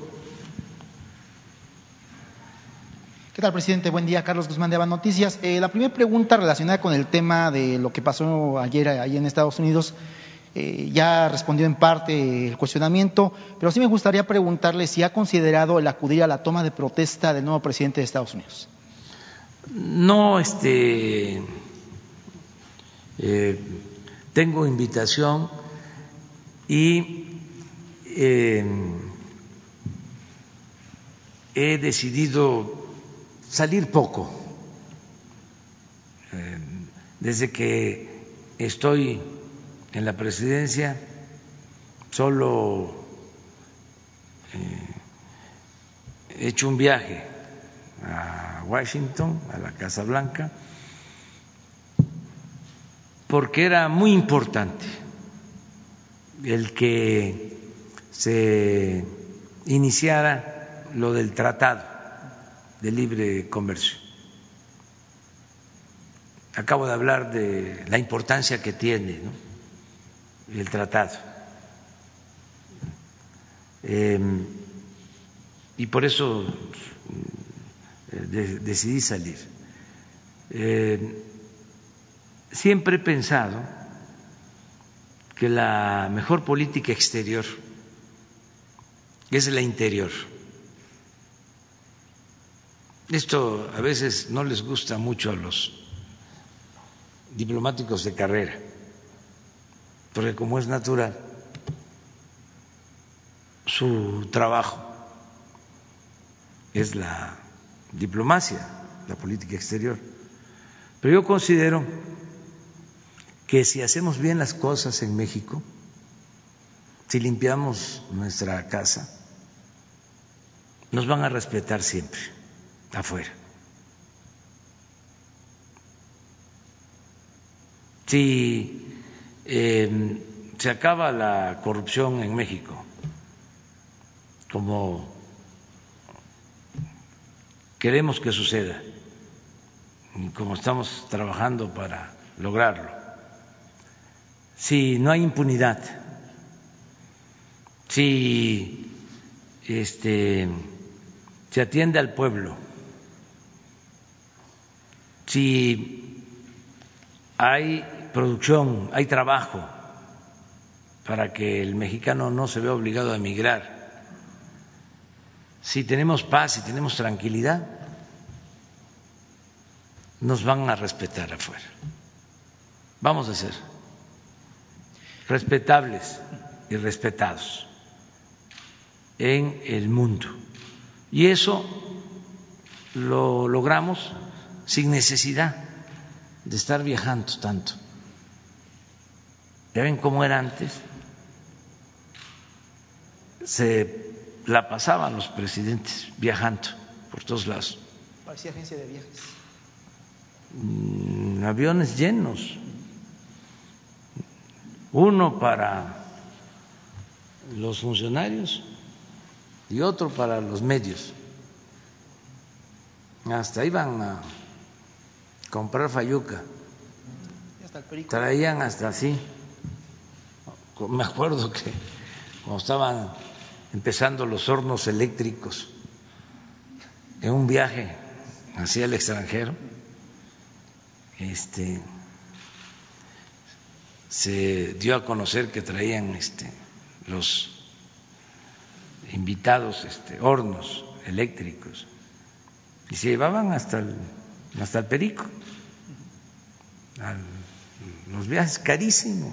¿Qué tal, presidente? Buen día, Carlos Guzmán de Aba Noticias. La primera pregunta relacionada con el tema de lo que pasó ayer ahí en Estados Unidos, ya respondió en parte el cuestionamiento, pero sí me gustaría preguntarle si ha considerado el acudir a la toma de protesta del nuevo presidente de Estados Unidos. No, tengo invitación y he decidido salir poco. Desde que estoy en la presidencia, solo he hecho un viaje a Washington, a la Casa Blanca, porque era muy importante el que se iniciara lo del Tratado de Libre Comercio. Acabo de hablar de la importancia que tiene, ¿no?, el tratado, y por eso decidí salir. Siempre he pensado que la mejor política exterior es la interior. Esto a veces no les gusta mucho a los diplomáticos de carrera, porque como es natural, su trabajo es la diplomacia, la política exterior. Pero yo considero que si hacemos bien las cosas en México, si limpiamos nuestra casa, nos van a respetar siempre afuera. Si se acaba la corrupción en México, como queremos que suceda, como estamos trabajando para lograrlo, si no hay impunidad, si se atiende al pueblo, si hay producción, hay trabajo para que el mexicano no se vea obligado a emigrar, si tenemos paz, si tenemos tranquilidad, nos van a respetar afuera. Vamos a ser respetables y respetados en el mundo. Y eso lo logramos sin necesidad de estar viajando tanto. ¿Ya ven cómo era antes? Se la pasaban los presidentes viajando por todos lados. Parecía agencia de viajes. Aviones llenos, uno para los funcionarios y otro para los medios. Hasta iban a comprar fayuca, traían hasta así. Me acuerdo que cuando estaban empezando los hornos eléctricos en un viaje hacia el extranjero, se dio a conocer que traían los invitados hornos eléctricos y se llevaban hasta el perico, los viajes carísimos.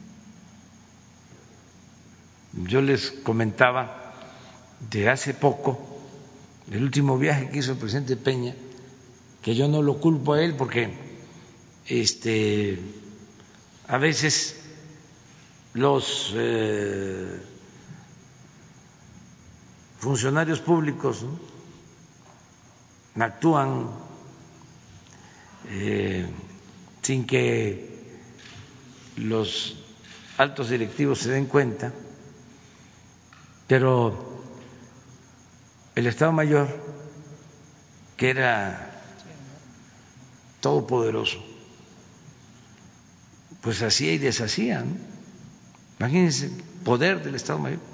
Yo les comentaba de hace poco, el último viaje que hizo el presidente Peña, que yo no lo culpo a él porque a veces los funcionarios públicos, ¿no?, actúan sin que los altos directivos se den cuenta, pero el Estado Mayor, que era todopoderoso, pues hacía y deshacía, ¿no? Imagínense el poder del Estado Mayor,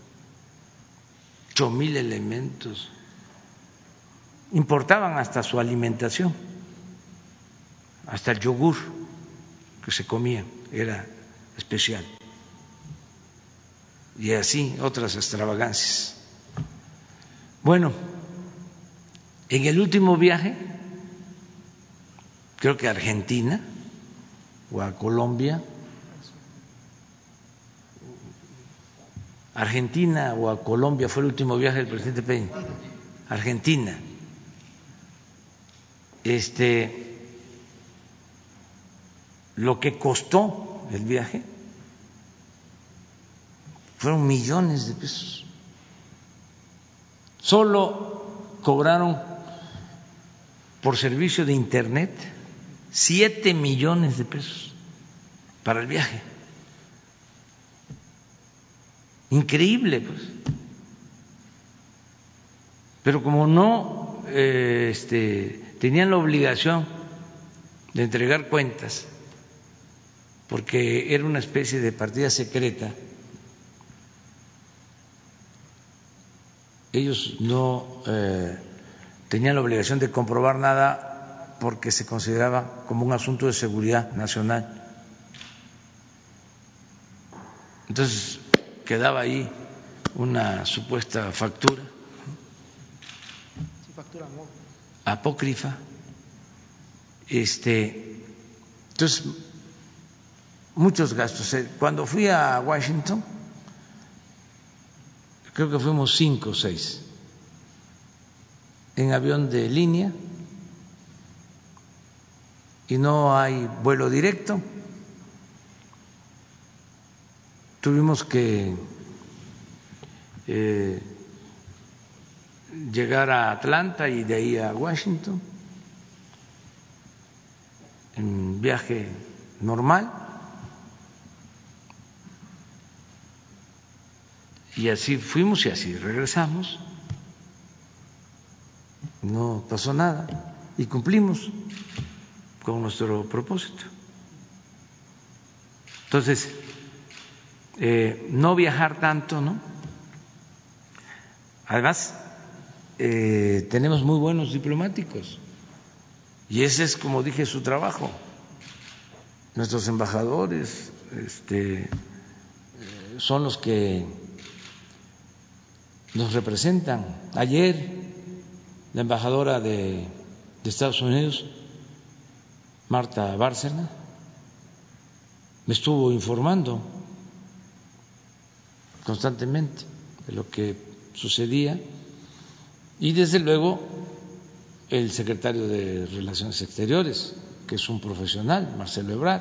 8,000 elementos, importaban hasta su alimentación, hasta el yogur que se comía era especial, y así otras extravagancias. Bueno, en el último viaje, creo que a Argentina o a Colombia, Argentina o a Colombia fue el último viaje del presidente Peña. Argentina. Lo que costó el viaje fueron millones de pesos. Solo cobraron por servicio de internet 7 millones de pesos para el viaje. Increíble, pues. Pero como no tenían la obligación de entregar cuentas, porque era una especie de partida secreta, ellos no tenían la obligación de comprobar nada porque se consideraba como un asunto de seguridad nacional. Entonces quedaba ahí una supuesta factura. Sí, factura móvil. apócrifa. Entonces, muchos gastos. Cuando fui a Washington, creo que fuimos 5 o 6 en avión de línea y no hay vuelo directo. Tuvimos que llegar a Atlanta y de ahí a Washington en viaje normal, y así fuimos y así regresamos. No pasó nada y cumplimos con nuestro propósito. Entonces, no viajar tanto, ¿no? Además, tenemos muy buenos diplomáticos y ese es, como dije, su trabajo. Nuestros embajadores son los que nos representan. Ayer la embajadora de Estados Unidos, Marta Bárcena, me estuvo informando constantemente de lo que sucedía, y desde luego el secretario de Relaciones Exteriores, que es un profesional, Marcelo Ebrard.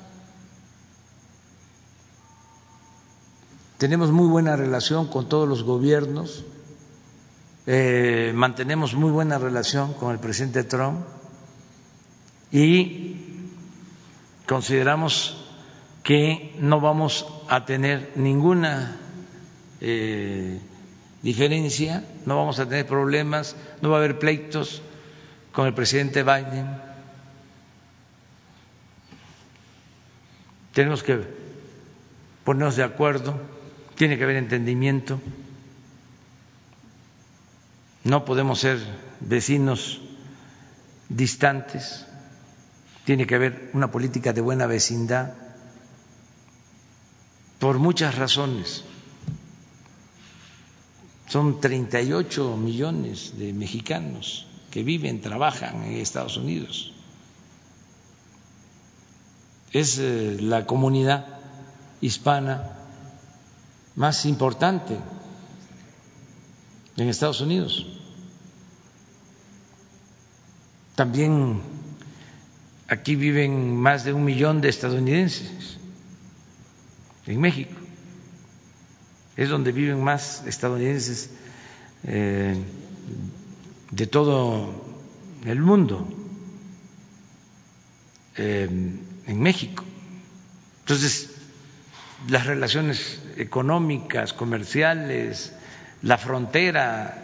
Tenemos muy buena relación con todos los gobiernos, mantenemos muy buena relación con el presidente Trump y consideramos que no vamos a tener ninguna diferencia, no vamos a tener problemas, no va a haber pleitos con el presidente Biden. Tenemos que ponernos de acuerdo, tiene que haber entendimiento, no podemos ser vecinos distantes, tiene que haber una política de buena vecindad por muchas razones. Son 38 millones de mexicanos que viven, trabajan en Estados Unidos. Es la comunidad hispana más importante en Estados Unidos. También aquí viven más de 1 millón de estadounidenses en México. Es donde viven más estadounidenses de todo el mundo, en México. Entonces, las relaciones económicas, comerciales, la frontera,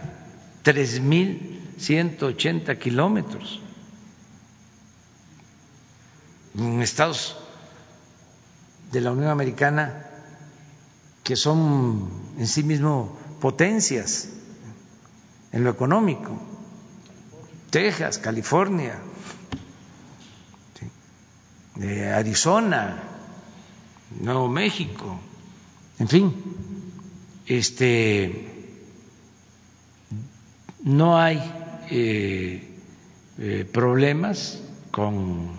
3.180 kilómetros. En estados de la Unión Americana que son en sí mismos potencias en lo económico, Texas, California, Arizona, Nuevo México, en fin, no hay problemas con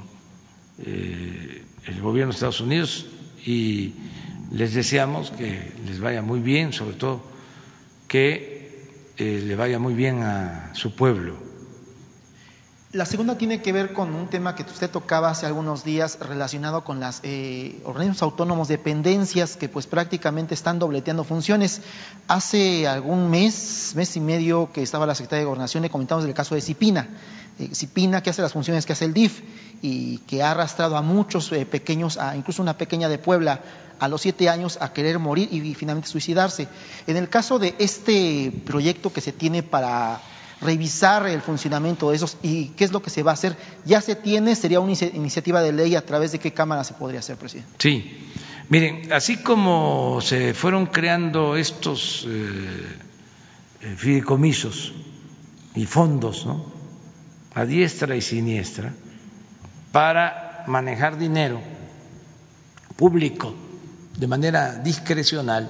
el gobierno de Estados Unidos y les deseamos que les vaya muy bien, sobre todo que le vaya muy bien a su pueblo. La segunda tiene que ver con un tema que usted tocaba hace algunos días relacionado con las organismos autónomos, dependencias que pues prácticamente están dobleteando funciones. Hace algún mes y medio que estaba la Secretaría de Gobernación, le comentamos del caso de Cipina. Cipina, que hace las funciones que hace el DIF y que ha arrastrado a muchos pequeños, incluso una pequeña de Puebla, a los 7 años a querer morir y finalmente suicidarse. En el caso de este proyecto que se tiene para revisar el funcionamiento de esos y qué es lo que se va a hacer, ya se tiene, sería una iniciativa de ley, ¿a través de qué Cámara se podría hacer, presidente? Sí, miren, así como se fueron creando estos fideicomisos y fondos, ¿no?, a diestra y siniestra para manejar dinero público de manera discrecional,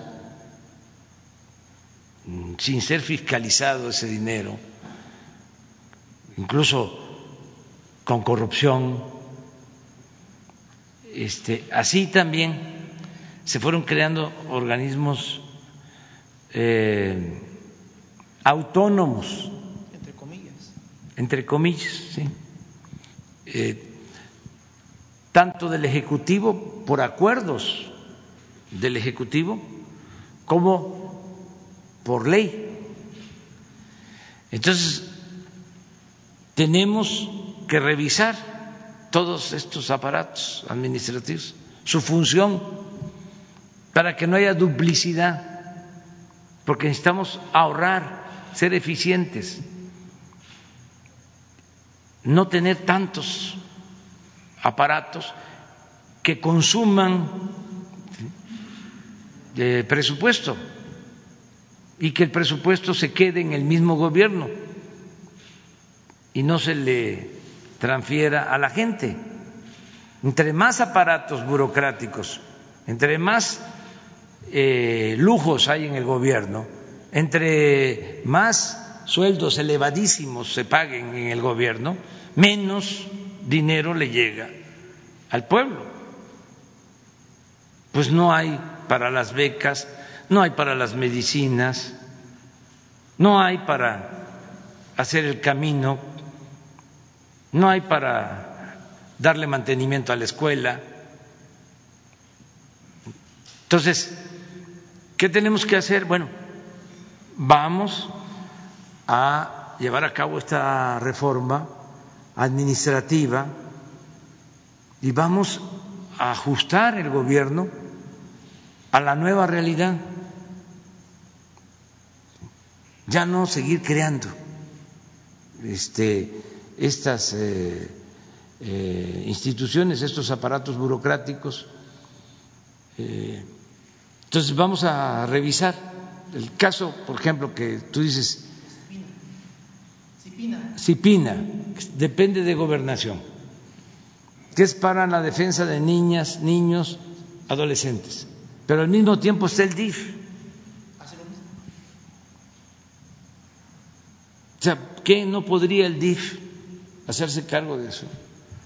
sin ser fiscalizado ese dinero, incluso con corrupción. Así también se fueron creando organismos autónomos, entre comillas, sí, tanto del Ejecutivo, por acuerdos del Ejecutivo, como por ley. Entonces, tenemos que revisar todos estos aparatos administrativos, su función, para que no haya duplicidad, porque necesitamos ahorrar, ser eficientes, no tener tantos aparatos que consuman presupuesto y que el presupuesto se quede en el mismo gobierno y no se le transfiera a la gente. Entre más aparatos burocráticos, entre más lujos hay en el gobierno, entre más sueldos elevadísimos se paguen en el gobierno, menos dinero le llega al pueblo. Pues no hay para las becas, no hay para las medicinas, no hay para hacer el camino, no hay para darle mantenimiento a la escuela. Entonces, ¿qué tenemos que hacer? Bueno, vamos a llevar a cabo esta reforma administrativa y vamos a ajustar el gobierno a la nueva realidad, ya no seguir creando estas instituciones, estos aparatos burocráticos. Entonces vamos a revisar el caso, por ejemplo, que tú dices, CIPINA, depende de Gobernación, que es para la defensa de niñas, niños, adolescentes, pero al mismo tiempo está el DIF. O sea, ¿qué no podría el DIF hacerse cargo de eso?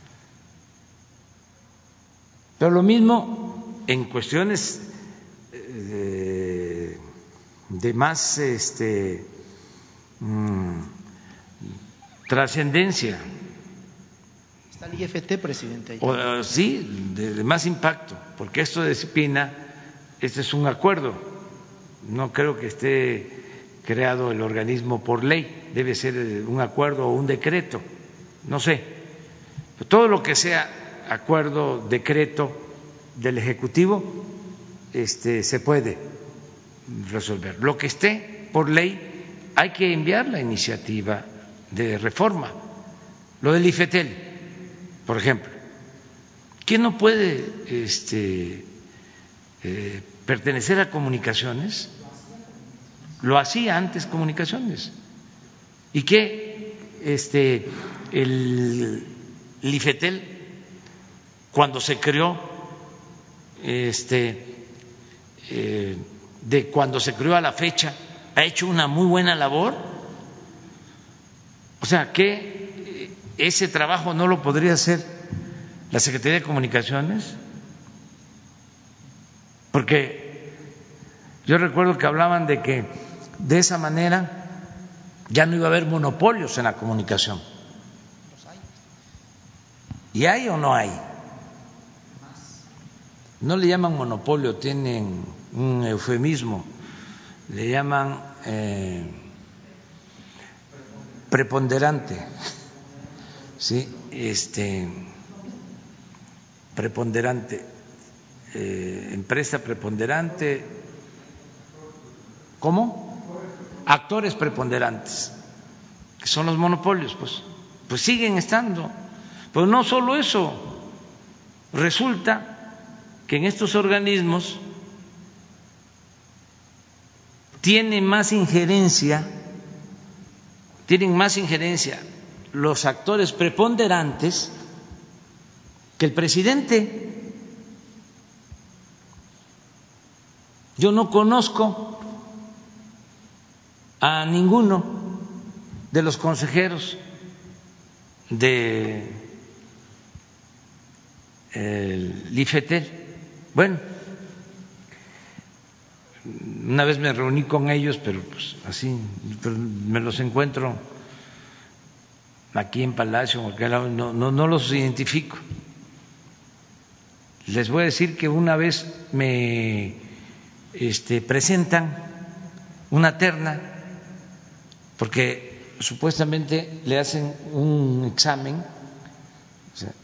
Pero lo mismo en cuestiones de más trascendencia. Está el IFT, presidente. Sí, de más impacto, porque esto de CIPINA, este es un acuerdo, no creo que esté creado el organismo por ley, debe ser un acuerdo o un decreto, no sé. Pero todo lo que sea acuerdo, decreto del Ejecutivo, se puede resolver. Lo que esté por ley, hay que enviar la iniciativa de reforma. Lo del IFETEL, por ejemplo, ¿quién no puede pertenecer a Comunicaciones? Lo hacía antes Comunicaciones. ¿Y qué? El IFETEL, cuando se creó, de cuando se creó a la fecha, ha hecho una muy buena labor. O sea, que ese trabajo no lo podría hacer la Secretaría de Comunicaciones, porque yo recuerdo que hablaban de que de esa manera ya no iba a haber monopolios en la comunicación. ¿Y hay o no hay? No le llaman monopolio, tienen un eufemismo, le llaman preponderante, ¿sí? Preponderante, empresa preponderante, ¿cómo? Actores preponderantes, que son los monopolios, pues siguen estando. Pero no solo eso, resulta que en estos organismos tienen más injerencia los actores preponderantes que el presidente. Yo no conozco a ninguno de los consejeros de el IFETEL. Bueno, una vez me reuní con ellos, pero pues así, pero me los encuentro aquí en Palacio, o aquel lado, no los identifico. Les voy a decir que una vez me presentan una terna, porque supuestamente le hacen un examen, o sea,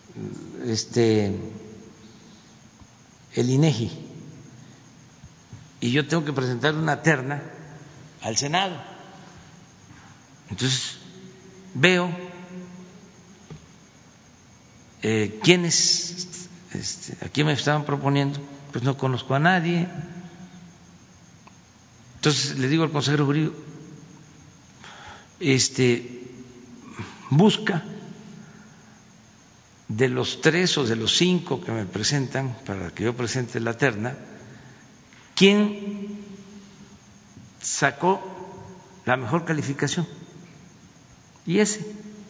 el INEGI, y yo tengo que presentar una terna al Senado. Entonces veo quiénes, a quién me estaban proponiendo, pues no conozco a nadie. Entonces le digo al consejero jurídico, busca de los 3 o de los 5 que me presentan para que yo presente la terna, ¿quién sacó la mejor calificación? Y ese.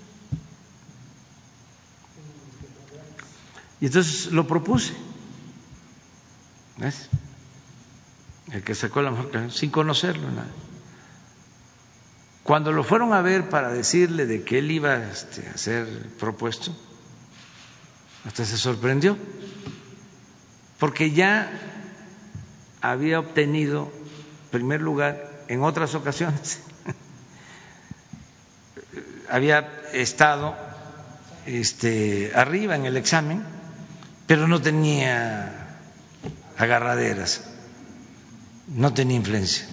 Y entonces lo propuse, ¿ves? El que sacó la mejor calificación, sin conocerlo nada. Cuando lo fueron a ver para decirle de que él iba a ser propuesto, hasta se sorprendió, porque ya había obtenido primer lugar en otras ocasiones. Había estado arriba en el examen, pero no tenía agarraderas, no tenía influencia.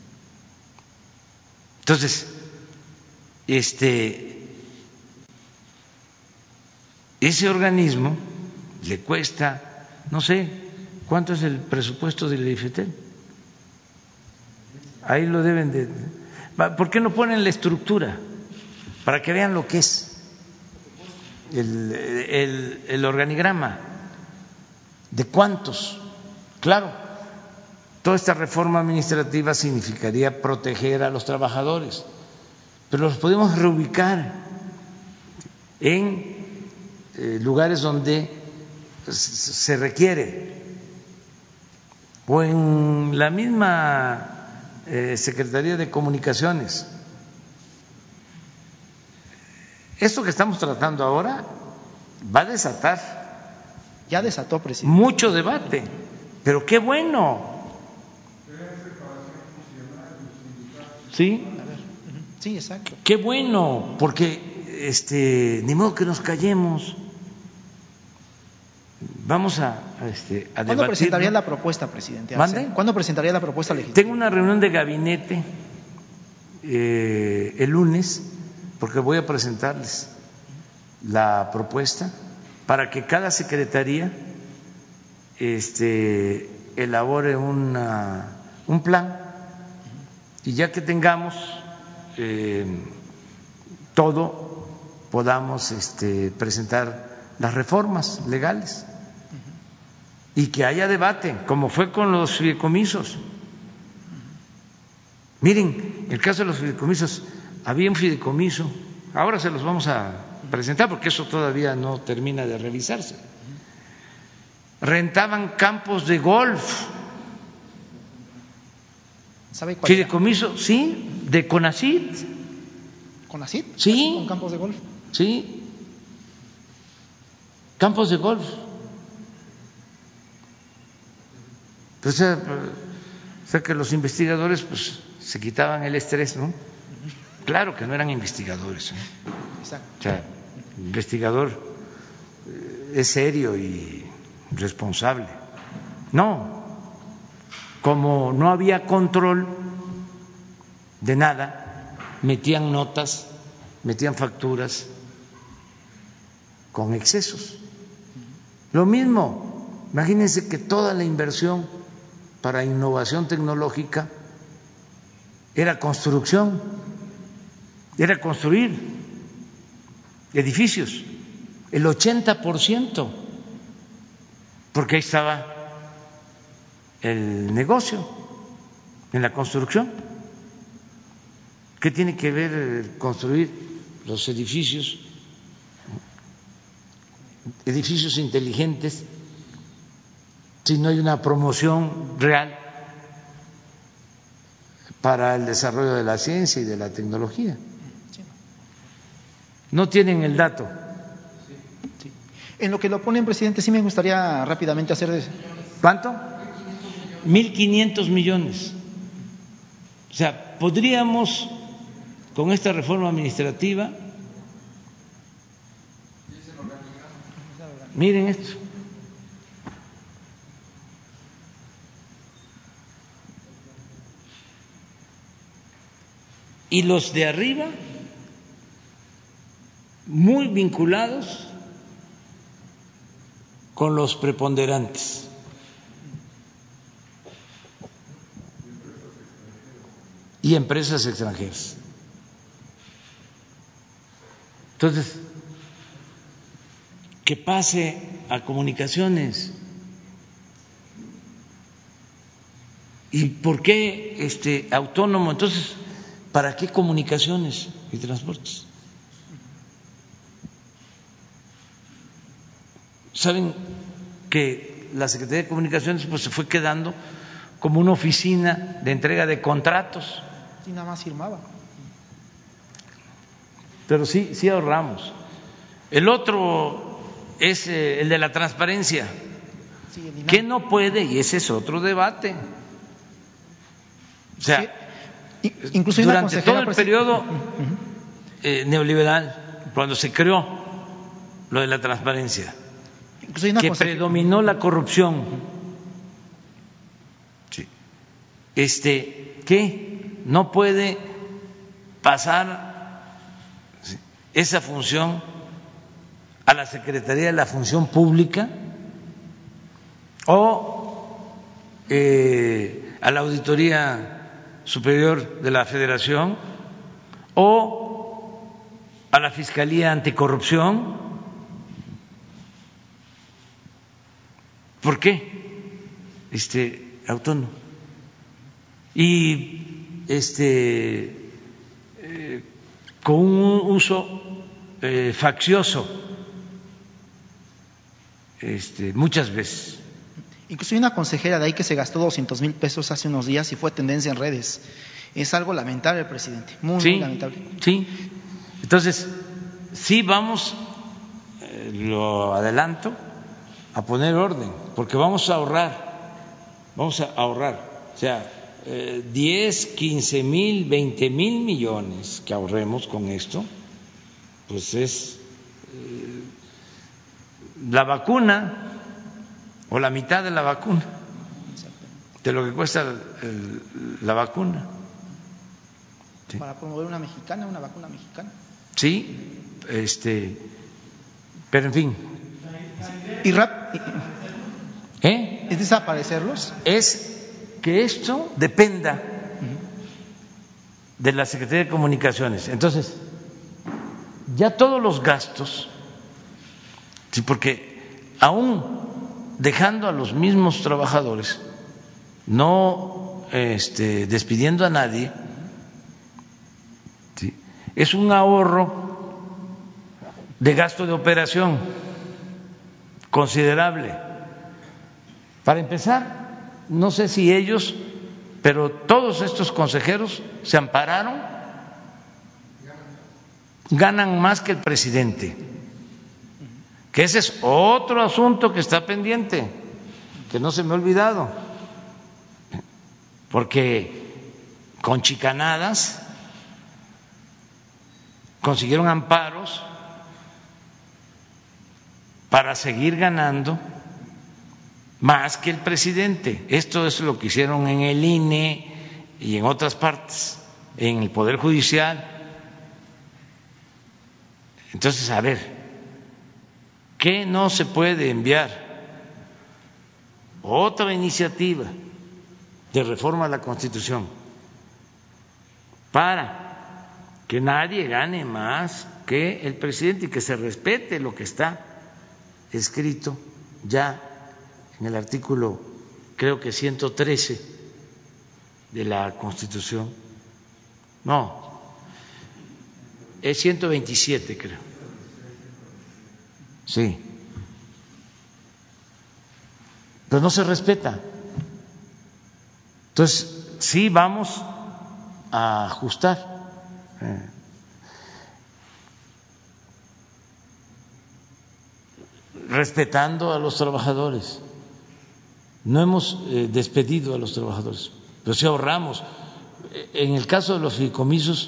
Entonces, ese organismo le cuesta, no sé, ¿cuánto es el presupuesto del IFETEL? Ahí lo deben de... ¿Por qué no ponen la estructura? Para que vean lo que es el organigrama, de cuántos. Claro, toda esta reforma administrativa significaría proteger a los trabajadores, pero los podemos reubicar en lugares donde se requiere, o en la misma Secretaría de Comunicaciones. Esto que estamos tratando ahora va a desatar, ya desató, presidente, mucho debate, pero qué bueno. ¿Sí? Sí, exacto. Qué bueno, porque ni modo que nos callemos. Vamos a debatir. ¿Cuándo presentaría la propuesta, presidente? ¿Mande? ¿Cuándo presentaría la propuesta legislativa? Tengo una reunión de gabinete el lunes, porque voy a presentarles la propuesta para que cada secretaría elabore un plan, y ya que tengamos todo, podamos presentar las reformas legales y que haya debate, como fue con los fideicomisos. Miren, el caso de los fideicomisos, había un fideicomiso, ahora se los vamos a presentar porque eso todavía no termina de revisarse. Rentaban campos de golf. ¿Sabe cuál Fideicomiso, era? Sí, de CONACYT. ¿CONACYT? Sí. ¿Con campos de golf? Sí, campos de golf. Entonces, o sea que los investigadores pues se quitaban el estrés, ¿no? Claro que no eran investigadores, ¿eh? Exacto. O sea, el investigador es serio y responsable. No, como no había control de nada, metían notas, metían facturas con excesos. Lo mismo, imagínense que toda la inversión para innovación tecnológica era construcción, era construir edificios, el 80%, porque ahí estaba el negocio en la construcción. ¿Qué tiene que ver construir los edificios edificios inteligentes si no hay una promoción real para el desarrollo de la ciencia y de la tecnología. No tienen el dato. Sí. En lo que lo ponen, presidente, sí me gustaría rápidamente hacer eso. ¿Cuánto? 1.500 millones. O sea, podríamos, con esta reforma administrativa, miren esto. Y los de arriba, muy vinculados con los preponderantes. Y empresas extranjeras. Entonces, que pase a comunicaciones. ¿Y por qué autónomo? Entonces, ¿para qué comunicaciones y transportes? Saben que la Secretaría de Comunicaciones pues se fue quedando como una oficina de entrega de contratos. Sí, nada más firmaba. Pero sí ahorramos. El otro es el de la transparencia, Sí, que no puede, y ese es otro debate. O sea, sí. Incluso durante todo el periodo neoliberal, cuando se creó lo de la transparencia, que predominó la corrupción, sí. ¿Qué? No puede pasar esa función a la Secretaría de la Función Pública o a la Auditoría Superior de la Federación o a la Fiscalía Anticorrupción. ¿Por qué? Autónomo. Y con un uso faccioso muchas veces. Incluso hay una consejera de ahí que se gastó 200,000 pesos hace unos días y fue tendencia en redes. Es algo lamentable, presidente, muy lamentable. Sí, entonces sí vamos, lo adelanto, a poner orden, porque vamos a ahorrar, o sea, 10, 15 mil, 20 mil millones que ahorremos con esto, pues es la vacuna o la mitad de la vacuna, de lo que cuesta la vacuna. ¿Sí? Para promover una vacuna mexicana. Sí, pero en fin. ¿Es desaparecerlos? Es que esto dependa de la Secretaría de Comunicaciones. Entonces, ya todos los gastos, sí, porque aún dejando a los mismos trabajadores, no despidiendo a nadie, ¿sí?, es un ahorro de gasto de operación considerable. Para empezar, no sé si ellos, pero todos estos consejeros se ampararon, ganan más que el presidente, que ese es otro asunto que está pendiente, que no se me ha olvidado, porque con chicanadas consiguieron amparos para seguir ganando más que el presidente. Esto es lo que hicieron en el INE y en otras partes, en el Poder Judicial. Entonces, a ver, ¿qué no se puede enviar? Otra iniciativa de reforma a la Constitución para que nadie gane más que el presidente y que se respete lo que está escrito ya en el artículo, creo que 113 de la Constitución. No, es 127, creo. Sí, pero no se respeta. Entonces, sí vamos a ajustar. Respetando a los trabajadores. No hemos despedido a los trabajadores, pero sí ahorramos. En el caso de los fideicomisos,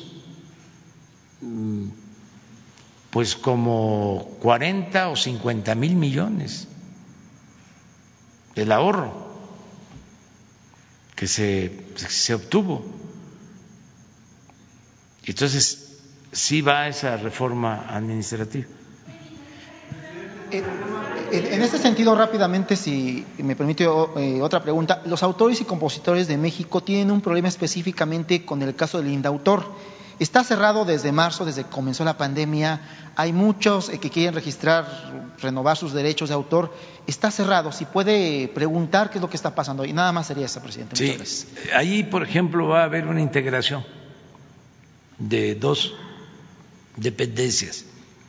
pues como 40 o 50 mil millones del ahorro que se obtuvo. Entonces, sí va esa reforma administrativa. En este sentido, rápidamente, si me permite otra pregunta, los autores y compositores de México tienen un problema específicamente con el caso del Indautor. Está cerrado desde marzo, desde que comenzó la pandemia. Hay muchos que quieren registrar, renovar sus derechos de autor. Está cerrado. Si puede preguntar qué es lo que está pasando. Y nada más sería eso, presidente. Sí, muchas gracias. Ahí, por ejemplo, va a haber una integración de 2 dependencias.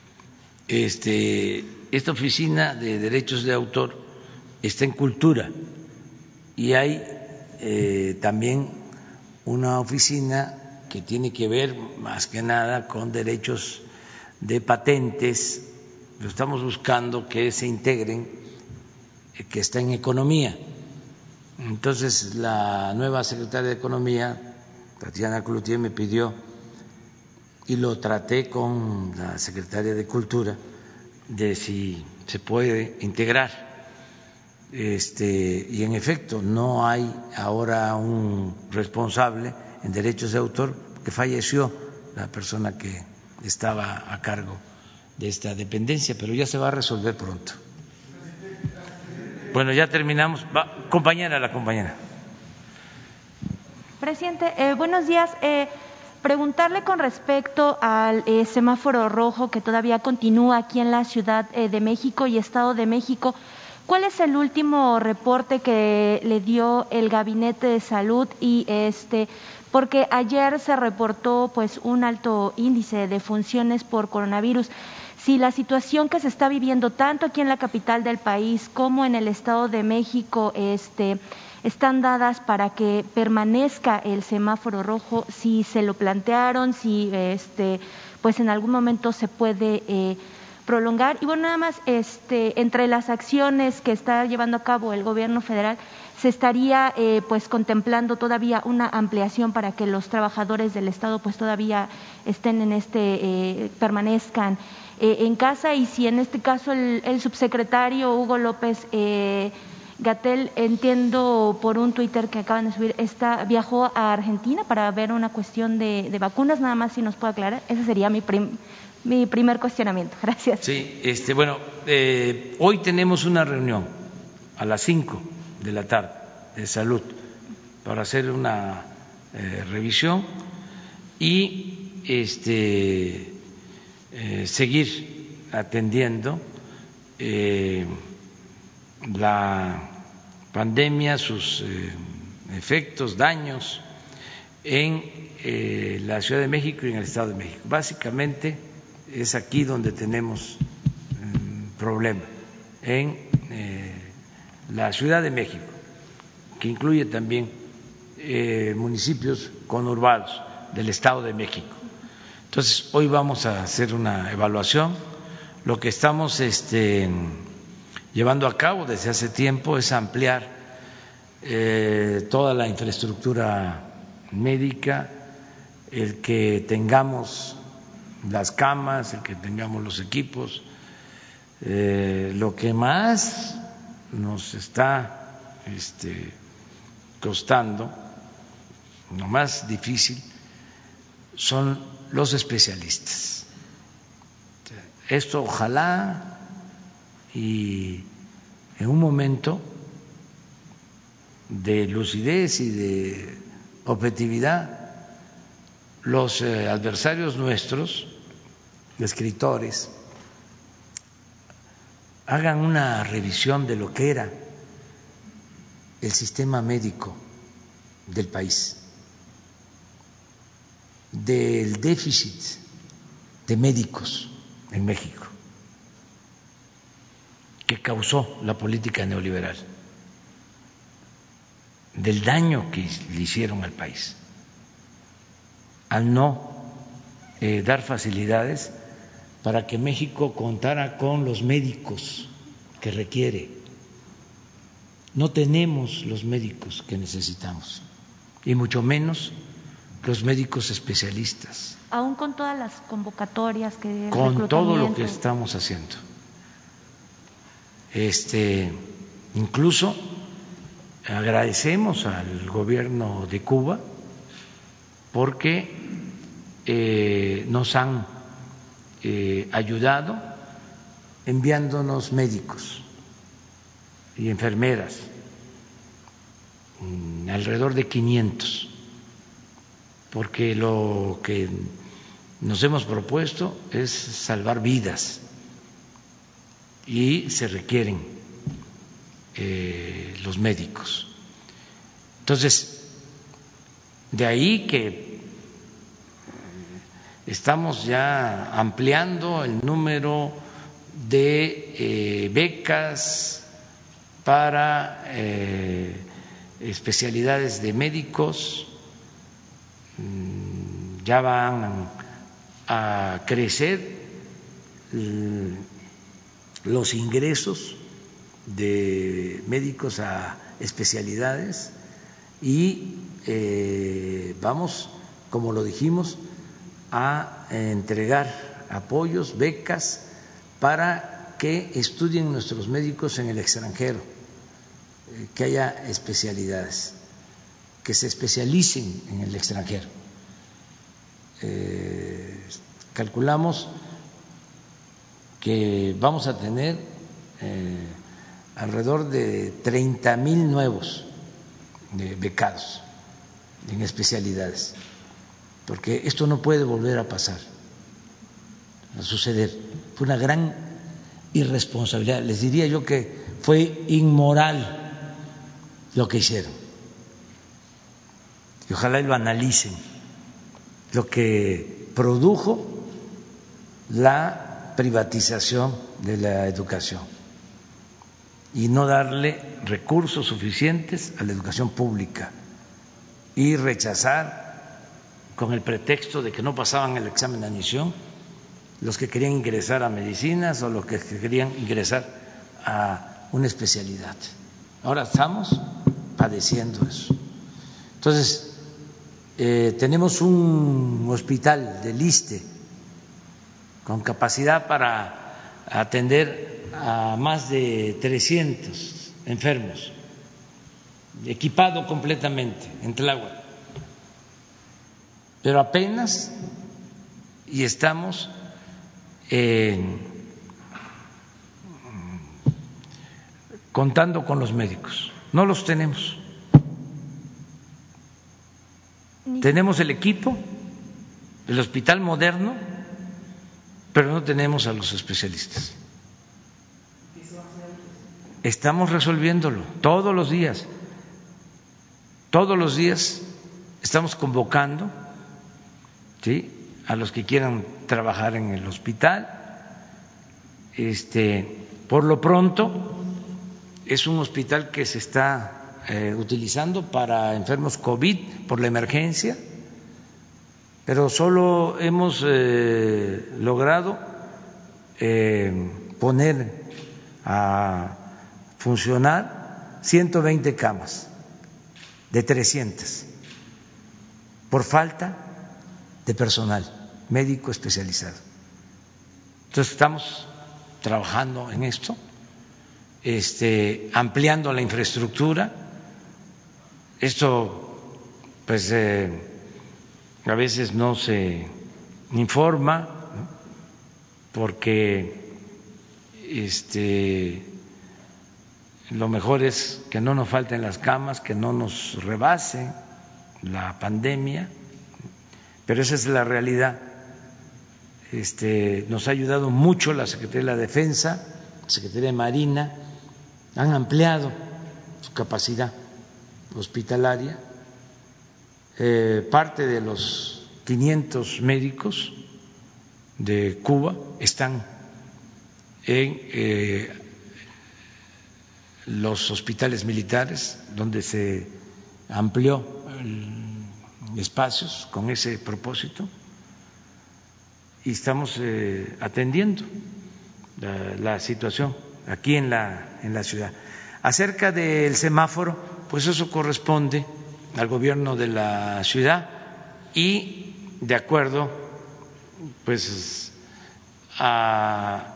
Esta oficina de derechos de autor está en Cultura y hay también una oficina que tiene que ver más que nada con derechos de patentes. Lo estamos buscando que se integren, que está en Economía. Entonces, la nueva secretaria de Economía, Tatiana Cloutier, me pidió, y lo traté con la secretaria de Cultura, de si se puede integrar. Y en efecto, no hay ahora un responsable en derechos de autor, porque falleció la persona que estaba a cargo de esta dependencia, pero ya se va a resolver pronto. Bueno, ya terminamos. La compañera. Presidente, buenos días. Preguntarle con respecto al semáforo rojo que todavía continúa aquí en la Ciudad de México y Estado de México. ¿Cuál es el último reporte que le dio el Gabinete de Salud? Y porque ayer se reportó pues un alto índice de defunciones por coronavirus. Si la situación que se está viviendo tanto aquí en la capital del país como en el Estado de México están dadas para que permanezca el semáforo rojo, si se lo plantearon, si pues en algún momento se puede prolongar. Y bueno, nada más entre las acciones que está llevando a cabo el gobierno federal, se estaría pues contemplando todavía una ampliación para que los trabajadores del Estado pues todavía estén en permanezcan en casa. Y si en este caso el subsecretario Hugo López Gatell, entiendo por un Twitter que acaban de subir, viajó a Argentina para ver una cuestión de vacunas, nada más si nos puede aclarar. Ese sería mi primer cuestionamiento. Gracias. Sí, bueno, hoy tenemos una reunión a las 5 de la tarde de salud para hacer una revisión y seguir atendiendo la pandemia, sus efectos, daños en la Ciudad de México y en el Estado de México. Básicamente es aquí donde tenemos problema, en la Ciudad de México, que incluye también municipios conurbados del Estado de México. Entonces, hoy vamos a hacer una evaluación. Lo que estamos llevando a cabo desde hace tiempo es ampliar toda la infraestructura médica, el que tengamos las camas, el que tengamos los equipos. Lo que más nos está costando, lo más difícil, son los especialistas. Esto ojalá y en un momento de lucidez y de objetividad, los adversarios nuestros, escritores, hagan una revisión de lo que era el sistema médico del país, del déficit de médicos en México que causó la política neoliberal. del daño que le hicieron al país al no dar facilidades para que México contara con los médicos que requiere. No tenemos los médicos que necesitamos, y mucho menos los médicos especialistas. Aún con todas las convocatorias que con todo lo que estamos haciendo. Incluso agradecemos al gobierno de Cuba porque nos han ayudado enviándonos médicos y enfermeras, alrededor de 500, porque lo que nos hemos propuesto es salvar vidas y se requieren los médicos. Entonces, de ahí que estamos ya ampliando el número de becas para especialidades de médicos. Ya van a crecer los ingresos de médicos a especialidades y vamos, como lo dijimos, a entregar apoyos, becas para que estudien nuestros médicos en el extranjero, que haya especialidades, que se especialicen en el extranjero. Calculamos que vamos a tener alrededor de 30,000 nuevos becados en especialidades, porque esto no puede volver a pasar, a suceder. Fue una gran irresponsabilidad, les diría yo que fue inmoral lo que hicieron, y ojalá y lo analicen, lo que produjo la privatización de la educación y no darle recursos suficientes a la educación pública y rechazar con el pretexto de que no pasaban el examen de admisión los que querían ingresar a medicinas o los que querían ingresar a una especialidad. Ahora estamos padeciendo eso. Entonces, tenemos un hospital del ISSSTE con capacidad para atender a más de 300 enfermos, equipado completamente en Tláhuac, pero apenas y estamos contando con los médicos, no los tenemos. Tenemos el equipo, el hospital moderno, pero no tenemos a los especialistas. Estamos resolviéndolo todos los días. Todos los días estamos convocando, ¿sí?, a los que quieran trabajar en el hospital. Por lo pronto es un hospital que se está utilizando para enfermos COVID por la emergencia, pero solo hemos logrado poner a funcionar 120 camas de 300 por falta de personal médico especializado. Entonces estamos trabajando en esto, ampliando la infraestructura. Esto pues a veces no se informa, ¿no?, porque lo mejor es que no nos falten las camas, que no nos rebase la pandemia, pero esa es la realidad. Nos ha ayudado mucho la Secretaría de la Defensa, la Secretaría de Marina, han ampliado su capacidad hospitalaria. Parte de los 500 médicos de Cuba están en los hospitales militares donde se amplió espacios con ese propósito y estamos atendiendo la situación aquí en la ciudad. Acerca del semáforo, pues eso corresponde al gobierno de la ciudad y de acuerdo pues a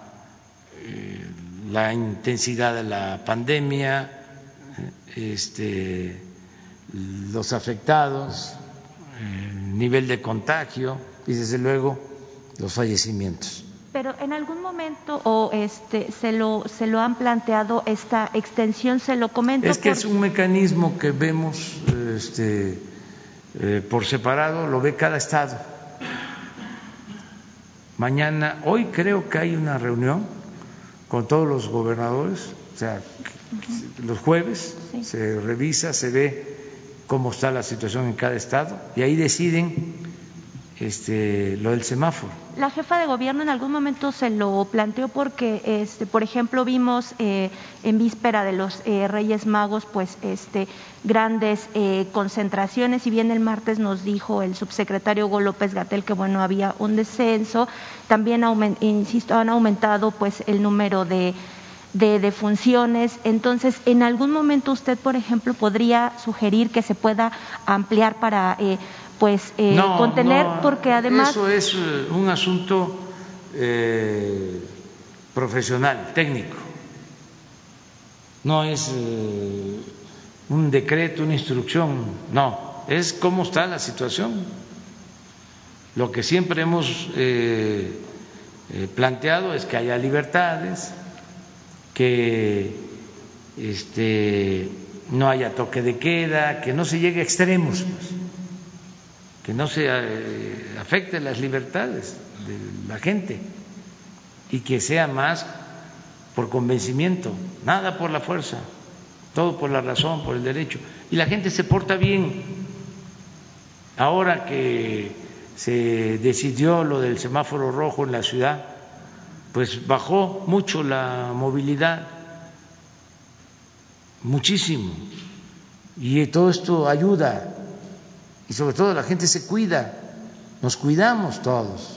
la intensidad de la pandemia, los afectados, el nivel de contagio y desde luego los fallecimientos. Pero en algún momento o se lo han planteado esta extensión, se lo comento. Es que es un mecanismo que vemos por separado, lo ve cada estado. Hoy creo que hay una reunión con todos los gobernadores, o sea, los jueves sí. Se revisa, se ve cómo está la situación en cada estado y ahí deciden lo del semáforo. La jefa de gobierno en algún momento se lo planteó porque, por ejemplo, vimos en víspera de los Reyes Magos, pues, grandes concentraciones. Si bien el martes nos dijo el subsecretario Hugo López-Gatell que, bueno, había un descenso, también han aumentado, pues, el número de defunciones. Entonces, en algún momento usted, por ejemplo, podría sugerir que se pueda ampliar para contener, porque además… Eso es un asunto profesional, técnico, no es un decreto, una instrucción, no, es cómo está la situación. Lo que siempre hemos planteado es que haya libertades, que no haya toque de queda, que no se llegue a extremos, que no se afecte las libertades de la gente y que sea más por convencimiento, nada por la fuerza, todo por la razón, por el derecho. Y la gente se porta bien. Ahora que se decidió lo del semáforo rojo en la ciudad, pues bajó mucho la movilidad, muchísimo, y todo esto ayuda. Y sobre todo la gente se cuida, nos cuidamos todos.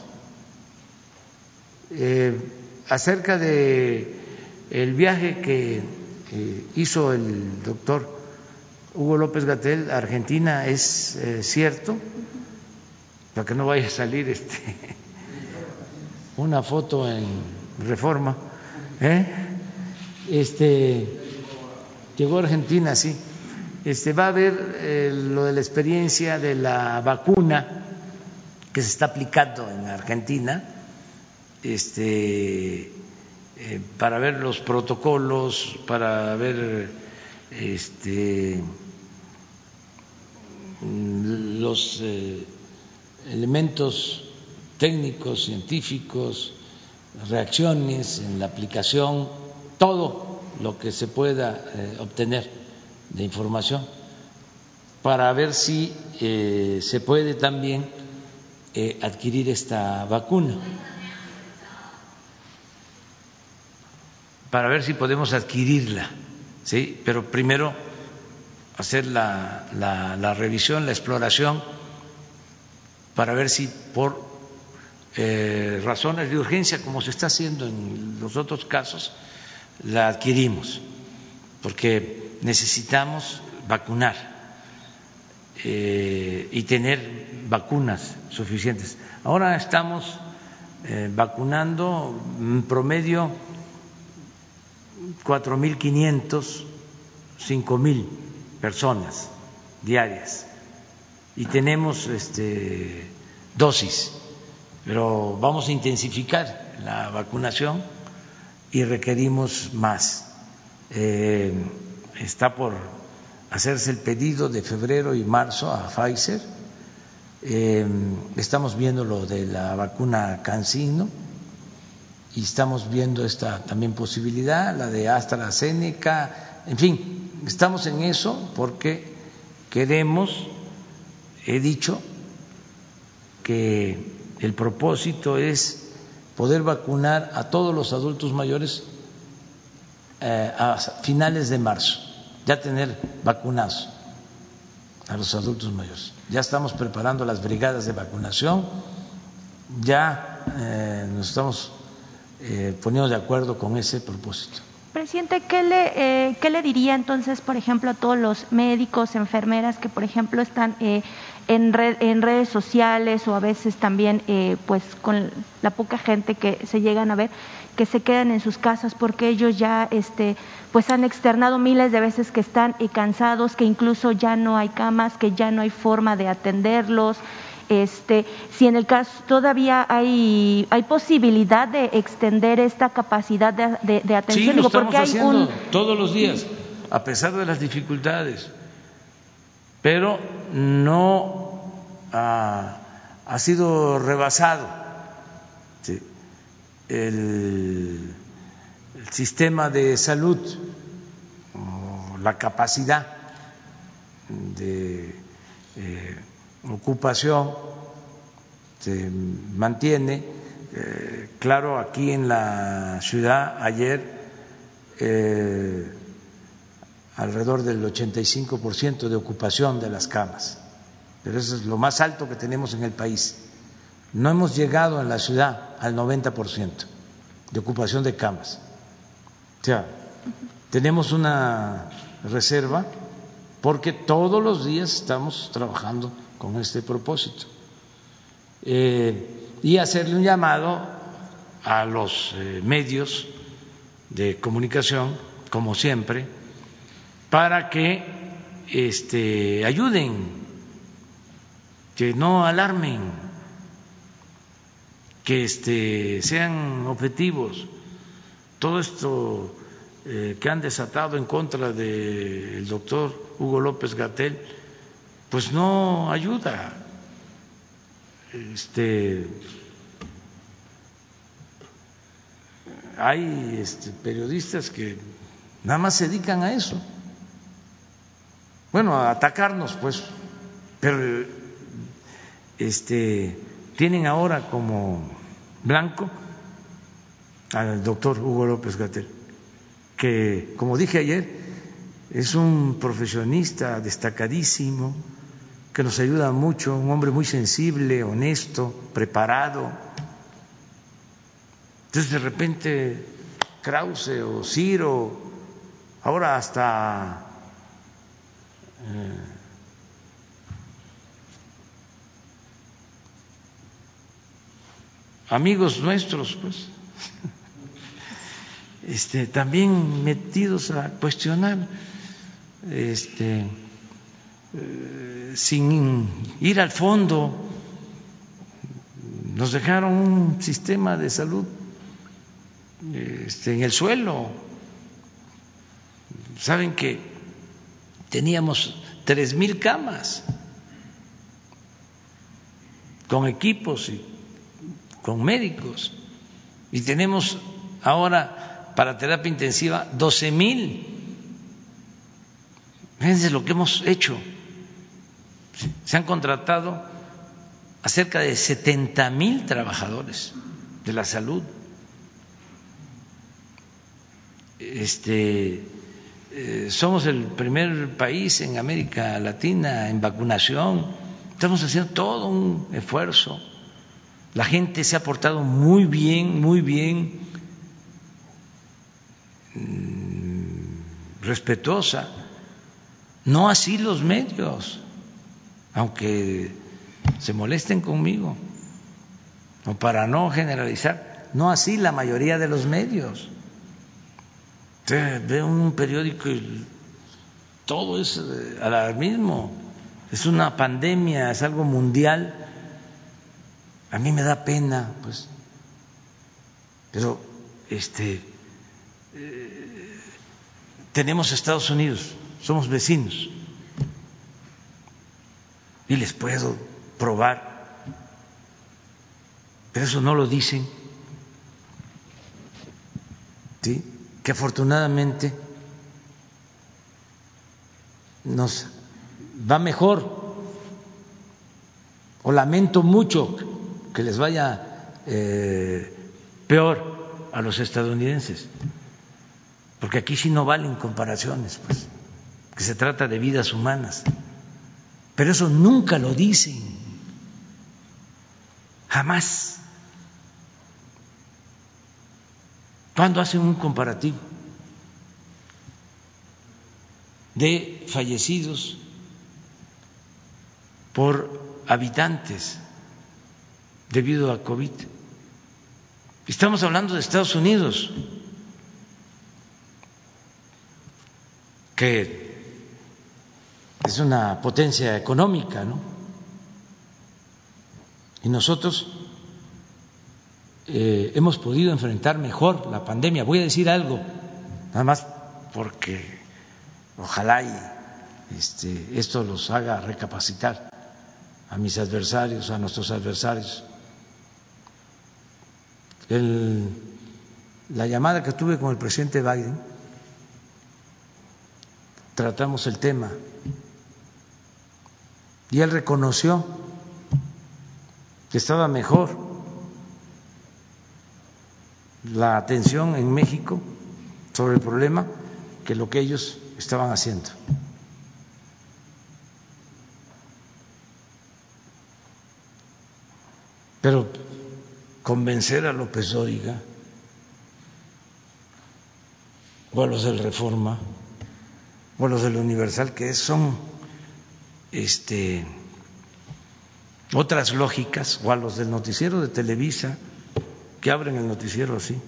Acerca de el viaje que hizo el doctor Hugo López-Gatell a Argentina, es cierto, para que no vaya a salir una foto en Reforma. Llegó a Argentina, sí. Va a haber lo de la experiencia de la vacuna que se está aplicando en Argentina, para ver los protocolos, para ver los elementos técnicos, científicos, reacciones en la aplicación, todo lo que se pueda obtener de información para ver si se puede también adquirir esta vacuna, para ver si podemos adquirirla, ¿sí? Pero primero hacer la revisión, la exploración, para ver si por razones de urgencia, como se está haciendo en los otros casos, la adquirimos, porque necesitamos vacunar y tener vacunas suficientes. Ahora estamos vacunando en promedio 4.500, 5.000 personas diarias y tenemos dosis, pero vamos a intensificar la vacunación y requerimos más. Está por hacerse el pedido de febrero y marzo a Pfizer. Estamos viendo lo de la vacuna CanSino y estamos viendo esta también posibilidad, la de AstraZeneca. En fin, estamos en eso porque queremos, he dicho, que el propósito es poder vacunar a todos los adultos mayores a finales de marzo, ya tener vacunados a los adultos mayores. Ya estamos preparando las brigadas de vacunación, ya nos estamos poniendo de acuerdo con ese propósito. Presidente, ¿qué le diría entonces, por ejemplo, a todos los médicos, enfermeras que, por ejemplo, están en redes sociales o a veces también pues con la poca gente que se llegan a ver, que se quedan en sus casas porque ellos ya pues han externado miles de veces que están cansados, que incluso ya no hay camas, que ya no hay forma de atenderlos? Si en el caso todavía hay posibilidad de extender esta capacidad de atención. Sí, lo estamos porque haciendo todos los días, a pesar de las dificultades, pero no ha sido rebasado, ¿sí?, el sistema de salud, la capacidad de ocupación se mantiene. Claro, aquí en la ciudad ayer alrededor del 85% de ocupación de las camas, pero eso es lo más alto que tenemos en el país. No hemos llegado en la ciudad al 90% de ocupación de camas. O sea, tenemos una reserva porque todos los días estamos trabajando con este propósito. Y hacerle un llamado a los medios de comunicación, como siempre, para que ayuden, que no alarmen, que sean objetivos. Todo esto que han desatado en contra del doctor Hugo López-Gatell, pues no ayuda. Hay periodistas que nada más se dedican a eso, bueno, a atacarnos, pues, pero tienen ahora como blanco al doctor Hugo López-Gatell, que, como dije ayer, es un profesionista destacadísimo, que nos ayuda mucho, un hombre muy sensible, honesto, preparado. Entonces, de repente, Krause o Ciro, ahora hasta amigos nuestros, pues, también metidos a cuestionar, sin ir al fondo. Nos dejaron un sistema de salud en el suelo. Saben que teníamos 3,000 camas con equipos y con médicos, y tenemos ahora para terapia intensiva 12,000. Fíjense lo que hemos hecho. Se han contratado a cerca de 70,000 trabajadores de la salud. Somos el primer país en América Latina en vacunación. Estamos haciendo todo un esfuerzo. La gente se ha portado muy bien, respetuosa. No así los medios, aunque se molesten conmigo, o para no generalizar, no así la mayoría de los medios. Usted ve un periódico y todo es alarmismo, es una pandemia, es algo mundial. A mí me da pena, pues, pero tenemos Estados Unidos, somos vecinos, y les puedo probar, pero eso no lo dicen, ¿sí?, que afortunadamente nos va mejor, o lamento mucho que les vaya peor a los estadounidenses, porque aquí sí no valen comparaciones, pues, que se trata de vidas humanas. Pero eso nunca lo dicen, jamás. ¿Cuándo hacen un comparativo de fallecidos por habitantes debido a COVID? Estamos hablando de Estados Unidos, que es una potencia económica, ¿no? Y nosotros hemos podido enfrentar mejor la pandemia. Voy a decir algo, nada más porque ojalá y esto los haga recapacitar a mis adversarios, a nuestros adversarios. La llamada que tuve con el presidente Biden, tratamos el tema y él reconoció que estaba mejor la atención en México sobre el problema que lo que ellos estaban haciendo. Pero convencer a López Dóriga o a los del Reforma o a los del Universal, que son otras lógicas, o a los del noticiero de Televisa, que abren el noticiero así,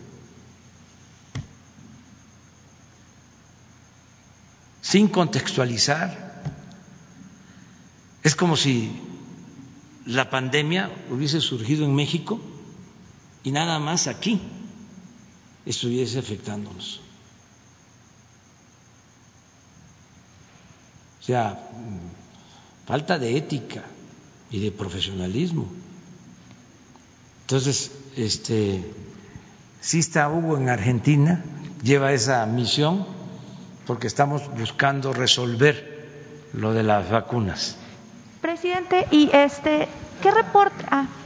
sin contextualizar. Es como si la pandemia hubiese surgido en México y nada más aquí estuviese afectándonos. O sea, falta de ética y de profesionalismo. Entonces, sí está Hugo en Argentina, lleva esa misión porque estamos buscando resolver lo de las vacunas. Presidente, y ¿qué reporte?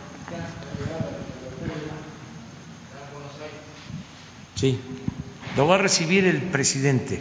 Sí, lo va a recibir el presidente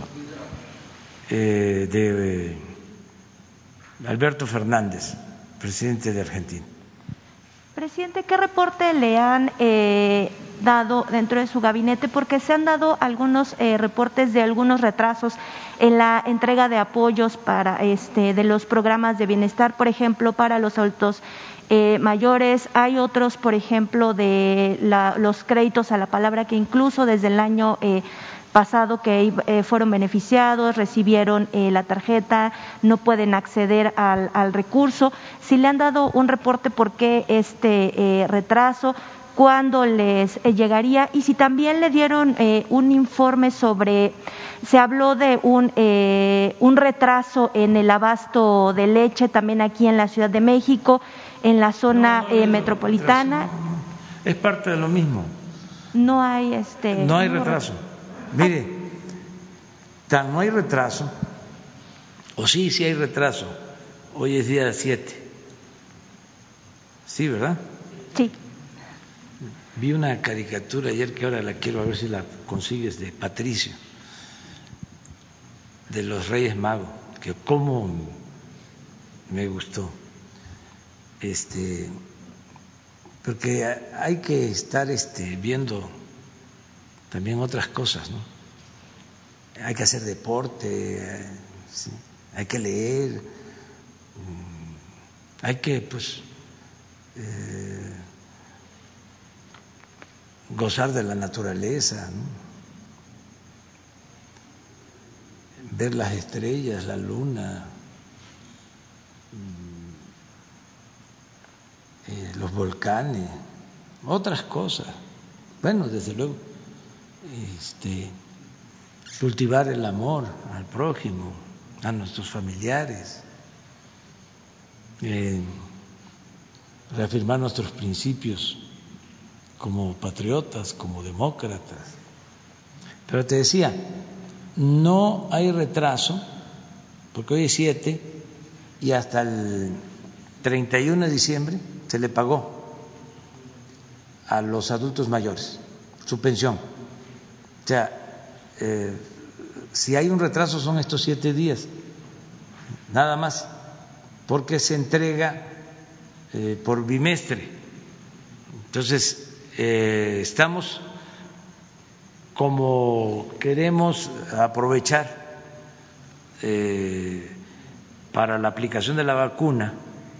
de Alberto Fernández, presidente de Argentina. Presidente, ¿qué reporte le han dado dentro de su gabinete? Porque se han dado algunos reportes de algunos retrasos en la entrega de apoyos para de los programas de bienestar, por ejemplo, para los adultos mayores. Hay otros, por ejemplo, de los créditos a la palabra, que incluso desde el año pasado que fueron beneficiados, recibieron la tarjeta, no pueden acceder al recurso. Si le han dado un reporte por qué retraso, cuándo les llegaría, y si también le dieron un informe sobre, se habló de un retraso en el abasto de leche también aquí en la Ciudad de México, en la zona metropolitana. No, es parte de lo mismo. No hay no hay retraso. Mire, no hay retraso, o sí hay retraso. Hoy es día 7. Sí, ¿verdad? Sí. Vi una caricatura ayer que ahora la quiero, a ver si la consigues, de Patricio, de los Reyes Magos, que cómo me gustó. Porque hay que estar viendo también otras cosas, ¿no? Hay que hacer deporte, ¿sí? Hay que leer, hay que gozar de la naturaleza, ¿no? Ver las estrellas, la luna, los volcanes, otras cosas. Bueno, desde luego, cultivar el amor al prójimo, a nuestros familiares, reafirmar nuestros principios como patriotas, como demócratas. Pero te decía, no hay retraso, porque hoy es 7 y hasta el 31 de diciembre se le pagó a los adultos mayores su pensión. O sea, si hay un retraso son estos 7 días, nada más. porque se entrega por bimestre. Entonces, estamos, como queremos aprovechar para la aplicación de la vacuna,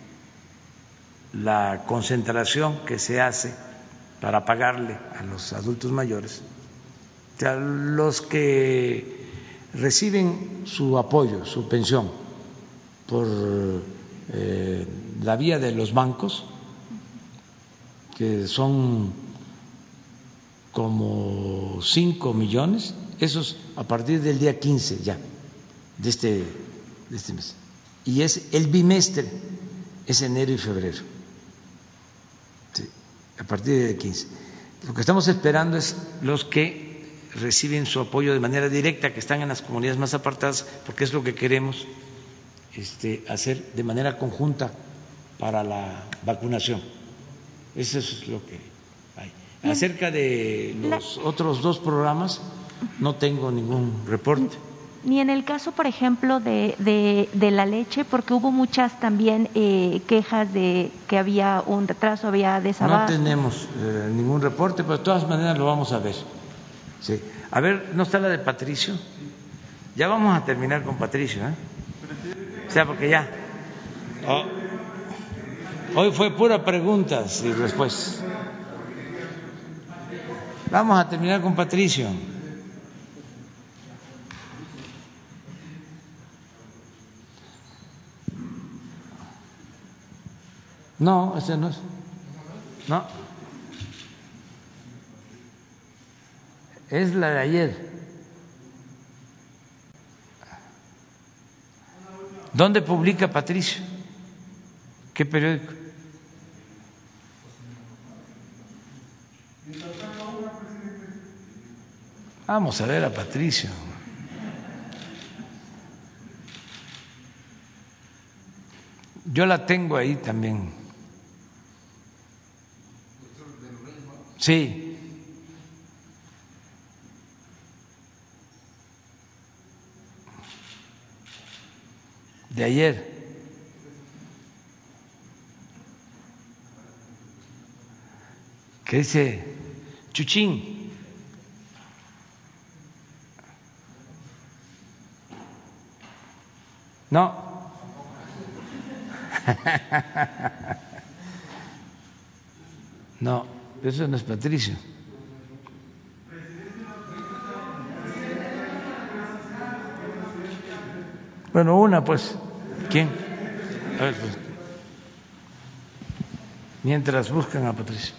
la concentración que se hace para pagarle a los adultos mayores, o sea, los que reciben su apoyo, su pensión por la vía de los bancos, que son como 5 millones, esos a partir del día 15 ya de este mes, y es el bimestre, es enero y febrero. Sí, a partir del 15. Lo que estamos esperando es los que reciben su apoyo de manera directa, que están en las comunidades más apartadas, porque es lo que queremos hacer de manera conjunta para la vacunación. Eso es lo que hay. Acerca de los otros dos programas, no tengo ningún reporte. Ni en el caso, por ejemplo, de la leche, porque hubo muchas también quejas de que había un retraso, había desabasto. No tenemos ningún reporte, pero de todas maneras lo vamos a ver. Sí. A ver, ¿no está la de Patricio? Ya vamos a terminar con Patricio, ¿eh? O sea, porque ya. Hoy fue pura preguntas y respuestas. Vamos a terminar con Patricio. No, ese no es. No. Es la de ayer. ¿Dónde publica Patricio? ¿Qué periódico? Vamos a ver a Patricio. Yo la tengo ahí también. Sí. De ayer. ¿Qué dice Chuchín? No. No, eso no es Patricio. Bueno, una pues. ¿Quién? A ver, pues. Mientras buscan a Patricio.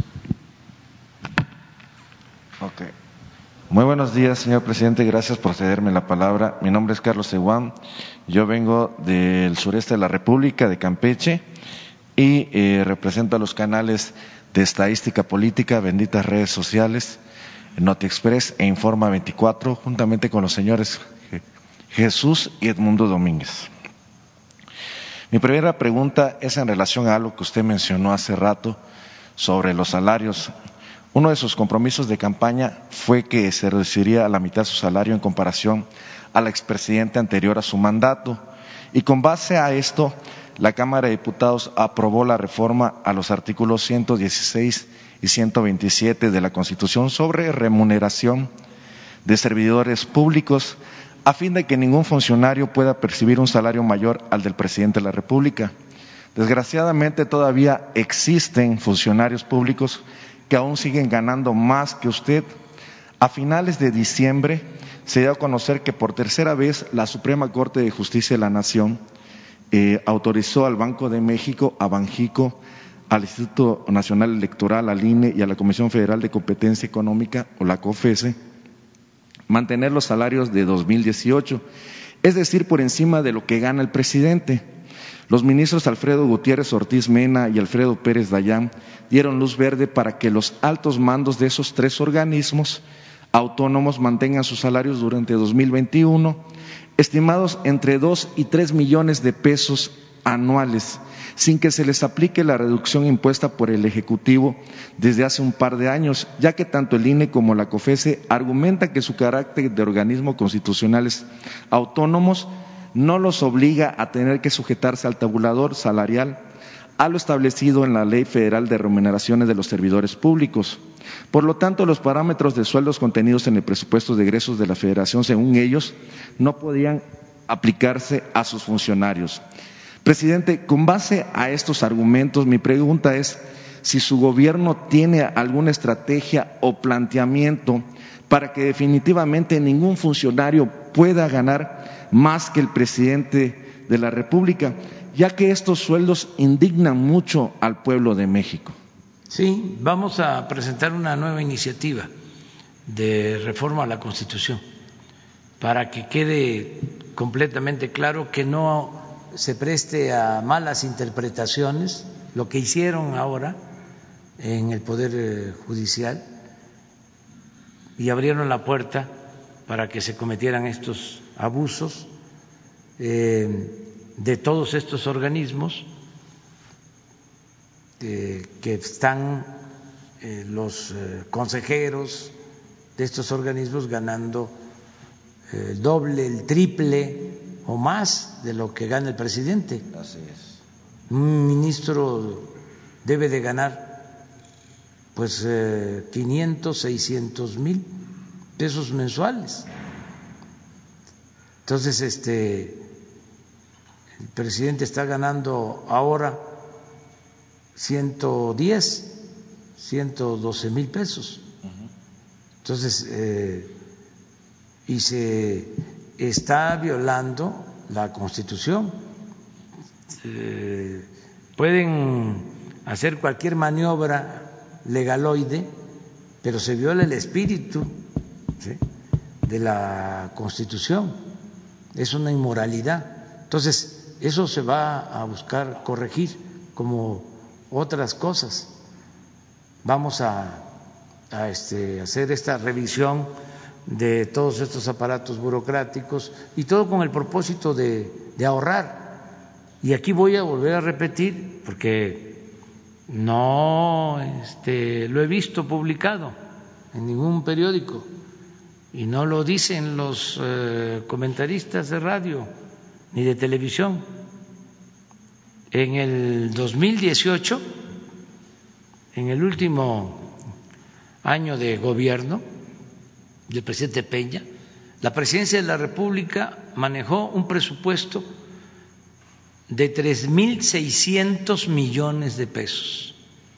Ok. Muy buenos días, señor presidente. Gracias por cederme la palabra. Mi nombre es Carlos Seguán. Yo vengo del sureste de la República, de Campeche, y represento a los canales de Estadística Política, benditas redes sociales, NotiExpress e Informa 24, juntamente con los señores Jesús y Edmundo Domínguez. Mi primera pregunta es en relación a algo que usted mencionó hace rato sobre los salarios. Uno de sus compromisos de campaña fue que se reduciría a la mitad su salario en comparación al expresidente anterior a su mandato. Y con base a esto, la Cámara de Diputados aprobó la reforma a los artículos 116 y 127 de la Constitución sobre remuneración de servidores públicos, a fin de que ningún funcionario pueda percibir un salario mayor al del presidente de la República. Desgraciadamente todavía existen funcionarios públicos que aún siguen ganando más que usted. A finales de diciembre se dio a conocer que por tercera vez la Suprema Corte de Justicia de la Nación autorizó al Banco de México, a Banjico, al Instituto Nacional Electoral, al INE y a la Comisión Federal de Competencia Económica, o la COFESE, mantener los salarios de 2018, es decir, por encima de lo que gana el presidente. Los ministros Alfredo Gutiérrez Ortiz Mena y Alfredo Pérez Dayán dieron luz verde para que los altos mandos de esos tres organismos autónomos mantengan sus salarios durante 2021, estimados entre 2 y 3 millones de pesos anuales, sin que se les aplique la reducción impuesta por el Ejecutivo desde hace un par de años, ya que tanto el INE como la COFESE argumentan que su carácter de organismos constitucionales autónomos no los obliga a tener que sujetarse al tabulador salarial, a lo establecido en la Ley Federal de Remuneraciones de los Servidores Públicos. Por lo tanto, los parámetros de sueldos contenidos en el presupuesto de egresos de la Federación, según ellos, no podían aplicarse a sus funcionarios. Presidente, con base a estos argumentos, mi pregunta es si su gobierno tiene alguna estrategia o planteamiento para que definitivamente ningún funcionario pueda ganar más que el presidente de la República, ya que estos sueldos indignan mucho al pueblo de México. Sí, vamos a presentar una nueva iniciativa de reforma a la Constitución para que quede completamente claro que no se preste a malas interpretaciones lo que hicieron ahora en el Poder Judicial y abrieron la puerta para que se cometieran estos abusos de todos estos organismos que están los consejeros de estos organismos ganando el doble, el triple o más de lo que gana el presidente. Así es. Un ministro debe de ganar pues 500, 600 mil pesos mensuales. Entonces, el presidente está ganando ahora 110, 112 mil pesos. Entonces, y se está violando la Constitución. Pueden hacer cualquier maniobra legaloide, pero se viola el espíritu, ¿sí?, de la Constitución. Es una inmoralidad. Entonces, eso se va a buscar corregir, como otras cosas. Vamos a hacer esta revisión de todos estos aparatos burocráticos y todo con el propósito de ahorrar. Y aquí voy a volver a repetir, porque no lo he visto publicado en ningún periódico y no lo dicen los comentaristas de radio ni de televisión. En el 2018, en el último año de gobierno del presidente Peña, la Presidencia de la República manejó un presupuesto de 3.600 millones de pesos.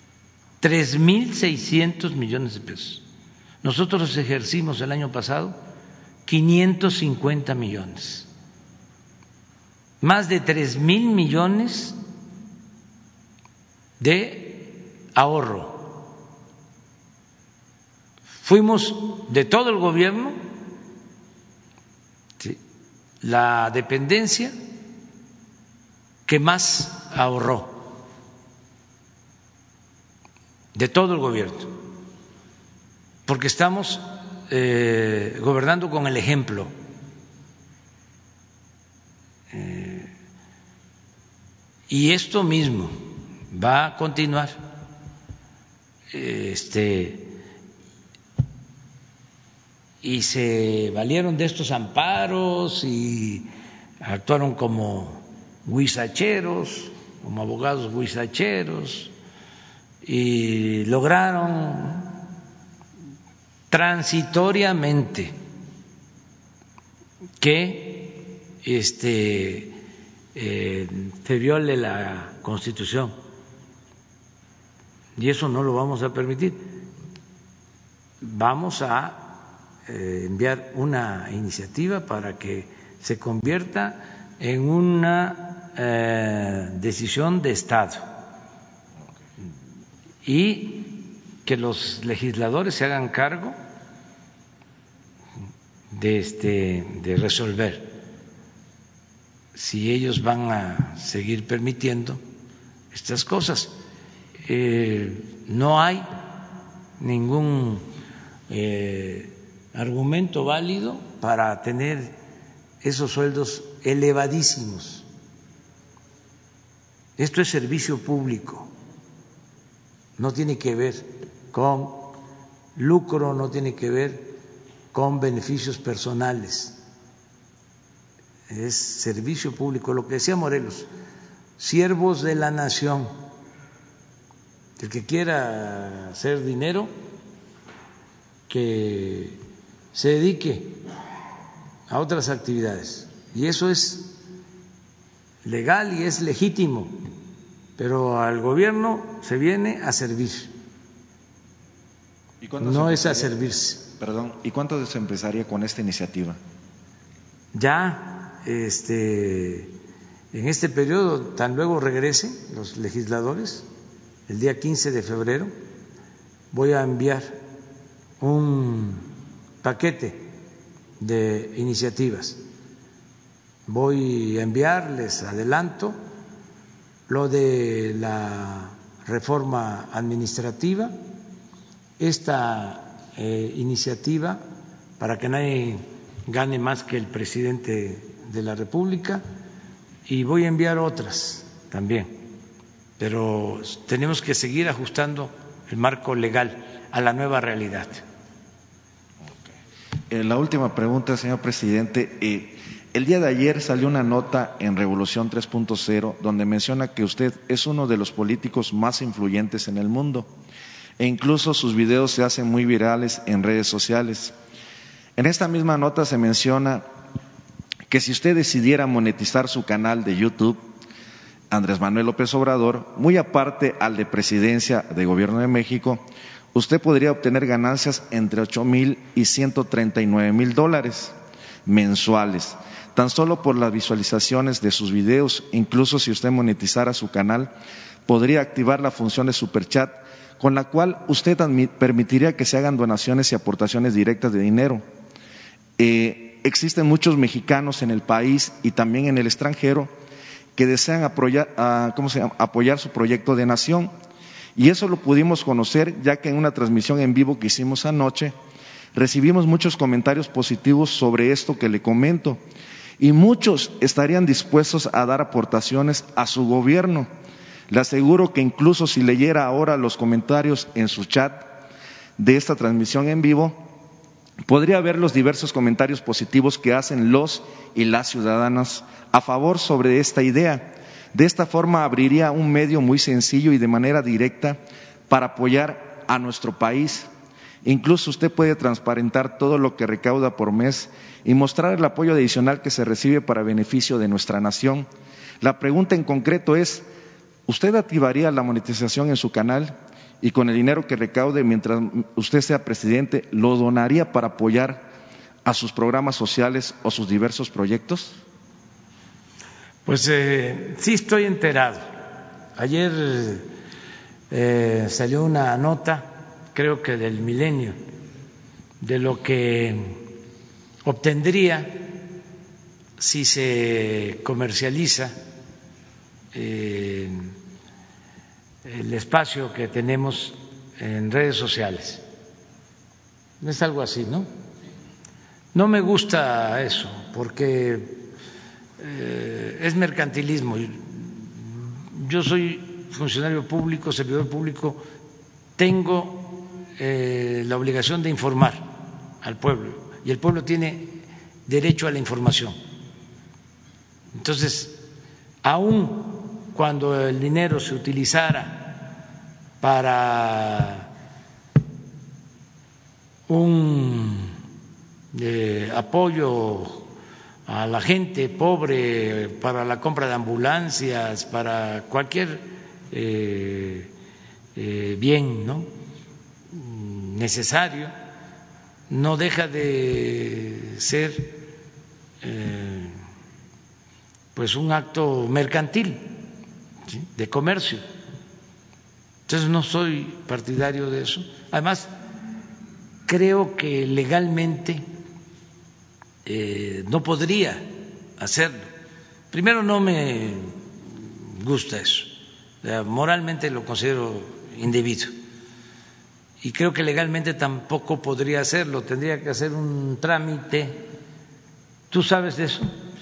3.600 millones de pesos. Nosotros ejercimos el año pasado 550 millones. Más de 3.000 millones de ahorro. Fuimos de todo el gobierno, ¿sí?, la dependencia que más ahorró de todo el gobierno, porque estamos gobernando con el ejemplo. Y esto mismo va a continuar. Y se valieron de estos amparos y actuaron como huizacheros, como abogados huizacheros, y lograron transitoriamente que se viole la Constitución, y eso no lo vamos a permitir. Vamos a enviar una iniciativa para que se convierta en una decisión de Estado y que los legisladores se hagan cargo de resolver si ellos van a seguir permitiendo estas cosas. No hay ningún argumento válido para tener esos sueldos elevadísimos. Esto es servicio público, no tiene que ver con lucro, no tiene que ver con beneficios personales. es servicio público, lo que decía Morelos, siervos de la nación. El que quiera hacer dinero, que se dedique a otras actividades. Y eso es legal y es legítimo, pero al gobierno se viene a servir, no es a servirse. Perdón, ¿y cuánto se empezaría con esta iniciativa? Ya en este periodo, tan luego regresen los legisladores, el día 15 de febrero, voy a enviar un paquete de iniciativas. Voy a enviar, les adelanto, lo de la reforma administrativa, esta iniciativa para que nadie gane más que el presidente de la República, y voy a enviar otras también, pero tenemos que seguir ajustando el marco legal a la nueva realidad. La última pregunta, señor presidente. El día de ayer salió una nota en Revolución 3.0 donde menciona que usted es uno de los políticos más influyentes en el mundo e incluso sus videos se hacen muy virales en redes sociales. En esta misma nota se menciona que si usted decidiera monetizar su canal de YouTube, Andrés Manuel López Obrador, muy aparte al de Presidencia de Gobierno de México, usted podría obtener ganancias entre $8,000 y $139,000 mensuales, tan solo por las visualizaciones de sus videos. Incluso si usted monetizara su canal, podría activar la función de Superchat, con la cual usted permitiría que se hagan donaciones y aportaciones directas de dinero. Existen muchos mexicanos en el país y también en el extranjero que desean apoyar su proyecto de nación. Y eso lo pudimos conocer ya que en una transmisión en vivo que hicimos anoche recibimos muchos comentarios positivos sobre esto que le comento, y muchos estarían dispuestos a dar aportaciones a su gobierno. Le aseguro que incluso si leyera ahora los comentarios en su chat de esta transmisión en vivo, podría ver los diversos comentarios positivos que hacen los y las ciudadanas a favor sobre esta idea. De esta forma abriría un medio muy sencillo y de manera directa para apoyar a nuestro país. Incluso usted puede transparentar todo lo que recauda por mes y mostrar el apoyo adicional que se recibe para beneficio de nuestra nación. La pregunta en concreto es, ¿usted activaría la monetización en su canal y con el dinero que recaude mientras usted sea presidente lo donaría para apoyar a sus programas sociales o sus diversos proyectos? Pues sí estoy enterado. Ayer salió una nota, creo que del Milenio, de lo que obtendría si se comercializa el espacio que tenemos en redes sociales. Es algo así, ¿no? No me gusta eso, porque es mercantilismo. Yo soy funcionario público, servidor público, tengo la obligación de informar al pueblo y el pueblo tiene derecho a la información. Entonces, aun cuando el dinero se utilizara para un apoyo a la gente pobre, para la compra de ambulancias, para cualquier bien, ¿no?, necesario, no deja de ser pues un acto mercantil, ¿sí?, de comercio. Entonces no soy partidario de eso. Además, creo que legalmente no podría hacerlo. Primero, no me gusta eso, moralmente lo considero indebido y creo que legalmente tampoco podría hacerlo, tendría que hacer un trámite. ¿Tú sabes de eso?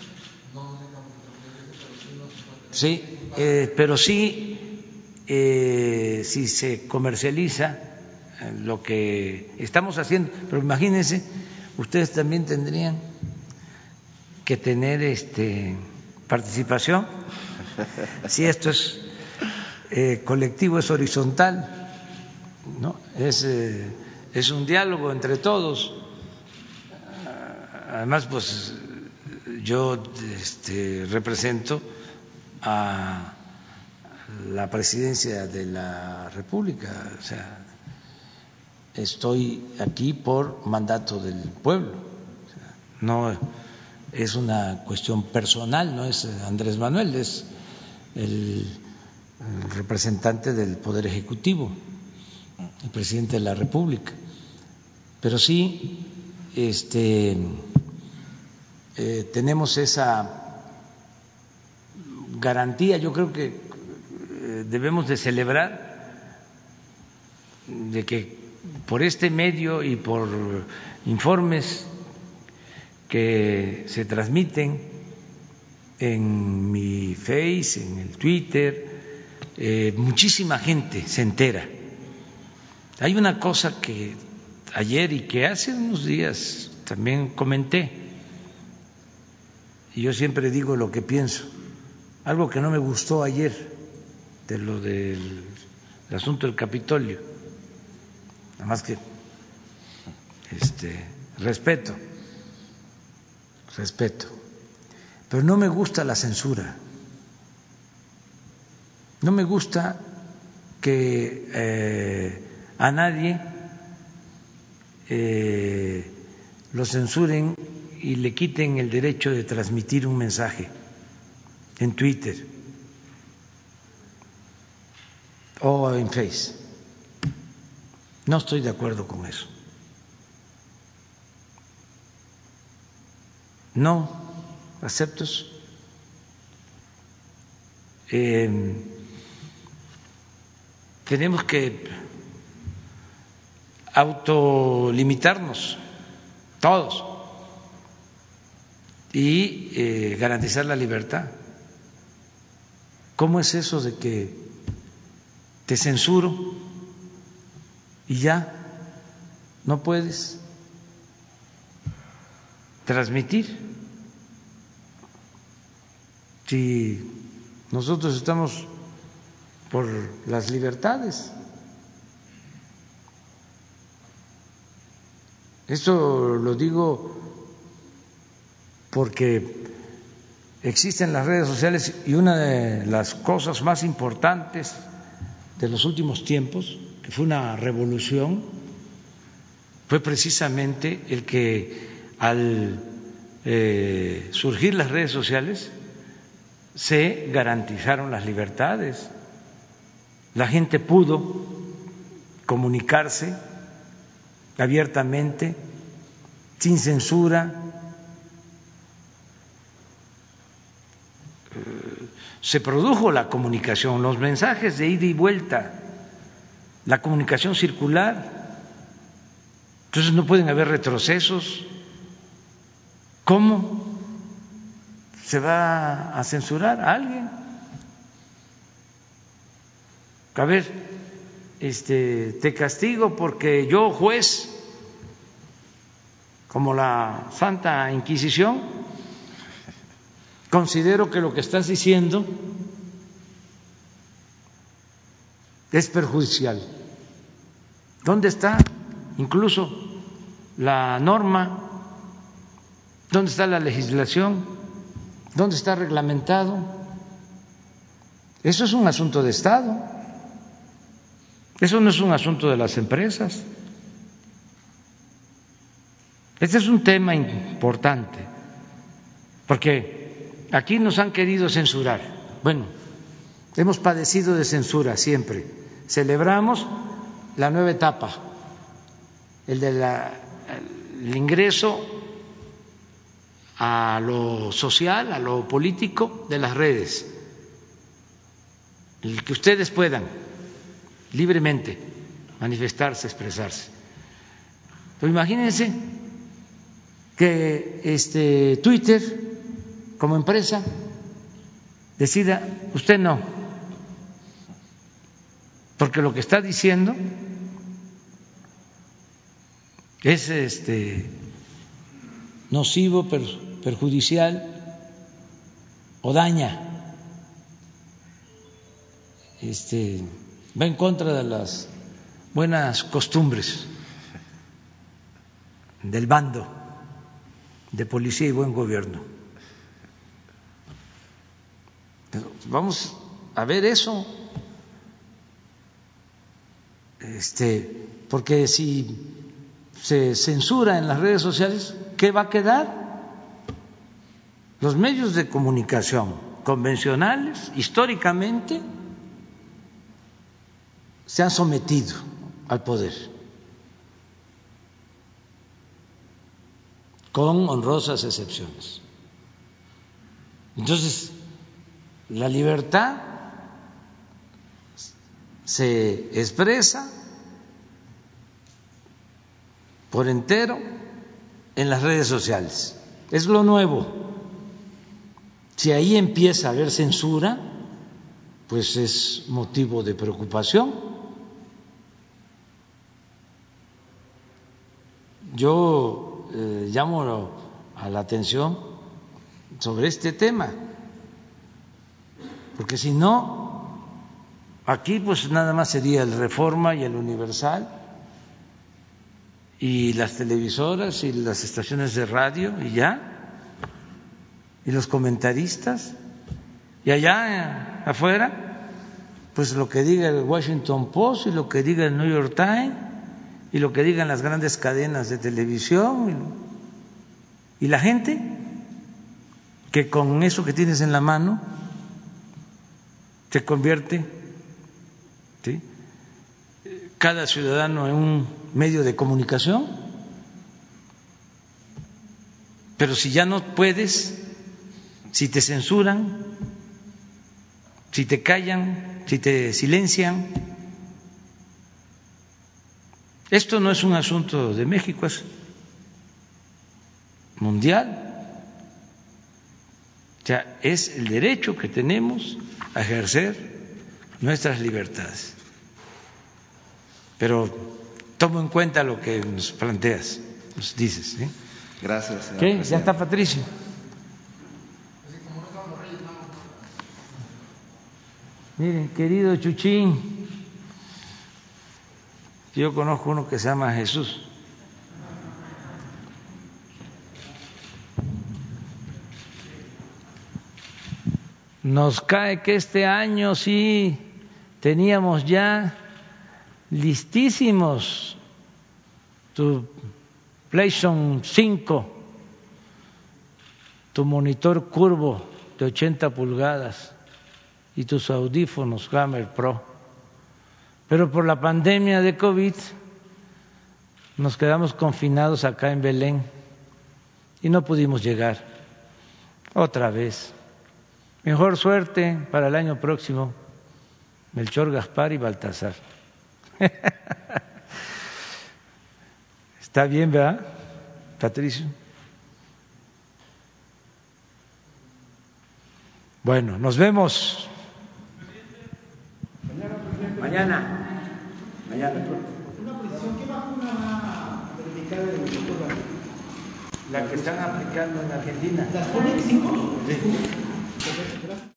Sí, pero sí, si se comercializa lo que estamos haciendo, pero imagínense, ustedes también tendrían que tener participación. Si esto es colectivo, es horizontal, ¿no? Es un diálogo entre todos. Además, pues yo represento a la presidencia de la República, o sea, estoy aquí por mandato del pueblo, o sea, no es una cuestión personal, no es Andrés Manuel, es el representante del Poder Ejecutivo, el presidente de la República. Pero sí tenemos esa garantía. Yo creo que debemos de celebrar de que por este medio y por informes que se transmiten en mi Face, en el Twitter, muchísima gente se entera. Hay una cosa que ayer y que hace unos días también comenté, y yo siempre digo lo que pienso, algo que no me gustó ayer de lo del asunto del Capitolio, nada más que respeto, pero no me gusta la censura, no me gusta que a nadie lo censuren y le quiten el derecho de transmitir un mensaje en Twitter o en Face. No estoy de acuerdo con eso. No acepto eso. Tenemos que autolimitarnos todos y garantizar la libertad. ¿Cómo es eso de que te censuro y ya no puedes transmitir? Si nosotros estamos por las libertades. Esto lo digo porque existen las redes sociales y una de las cosas más importantes de los últimos tiempos, que fue una revolución, fue precisamente el que al surgir las redes sociales se garantizaron las libertades. La gente pudo comunicarse abiertamente, sin censura. Se produjo la comunicación, los mensajes de ida y vuelta, la comunicación circular. Entonces no pueden haber retrocesos. ¿Cómo se va a censurar a alguien? A ver, te castigo porque yo, juez, como la Santa Inquisición, considero que lo que estás diciendo es perjudicial. ¿Dónde está incluso la norma? ¿Dónde está la legislación? ¿Dónde está reglamentado? Eso es un asunto de Estado. Eso no es un asunto de las empresas. Este es un tema importante, porque aquí nos han querido censurar. Bueno, hemos padecido de censura siempre. Celebramos la nueva etapa, el ingreso a lo social, a lo político de las redes, el que ustedes puedan libremente manifestarse, expresarse. Pero imagínense que Twitter, como empresa, decida: usted no, porque lo que está diciendo es nocivo, perjudicial o daña, va en contra de las buenas costumbres del bando de policía y buen gobierno. Pero vamos a ver eso, porque si se censura en las redes sociales, ¿qué va a quedar? Los medios de comunicación convencionales, históricamente, se han sometido al poder, con honrosas excepciones. Entonces, la libertad se expresa por entero en las redes sociales. Es lo nuevo. Si ahí empieza a haber censura, pues es motivo de preocupación. Yo llamo a la atención sobre este tema, porque si no, aquí pues nada más sería el Reforma y el Universal y las televisoras y las estaciones de radio y ya, y los comentaristas, y allá afuera pues lo que diga el Washington Post y lo que diga el New York Times y lo que digan las grandes cadenas de televisión, y la gente que con eso que tienes en la mano se convierte, ¿sí?, cada ciudadano en un medio de comunicación. Pero si ya no puedes, si te censuran, si te callan, si te silencian, esto no es un asunto de México, es mundial. O sea, es el derecho que tenemos a ejercer nuestras libertades. Pero tomo en cuenta lo que nos planteas, nos dices, ¿sí? Gracias, señor ¿Qué? presidente. ¿Ya está Patricio? Miren, querido Chuchín, yo conozco uno que se llama Jesús. Nos cae que este año sí teníamos ya listísimos tu PlayStation 5, tu monitor curvo de 80 pulgadas y tus audífonos Hammer Pro. Pero por la pandemia de COVID nos quedamos confinados acá en Belén y no pudimos llegar otra vez. Mejor suerte para el año próximo, Melchor, Gaspar y Baltasar. Está bien, ¿verdad, Patricio? Bueno, nos vemos. Mañana. Una prisión, ¿qué vacuna va a verificar el doctor? La que están aplicando en Argentina. ¿La Sputnik 5? Sí. Perfecto, gracias.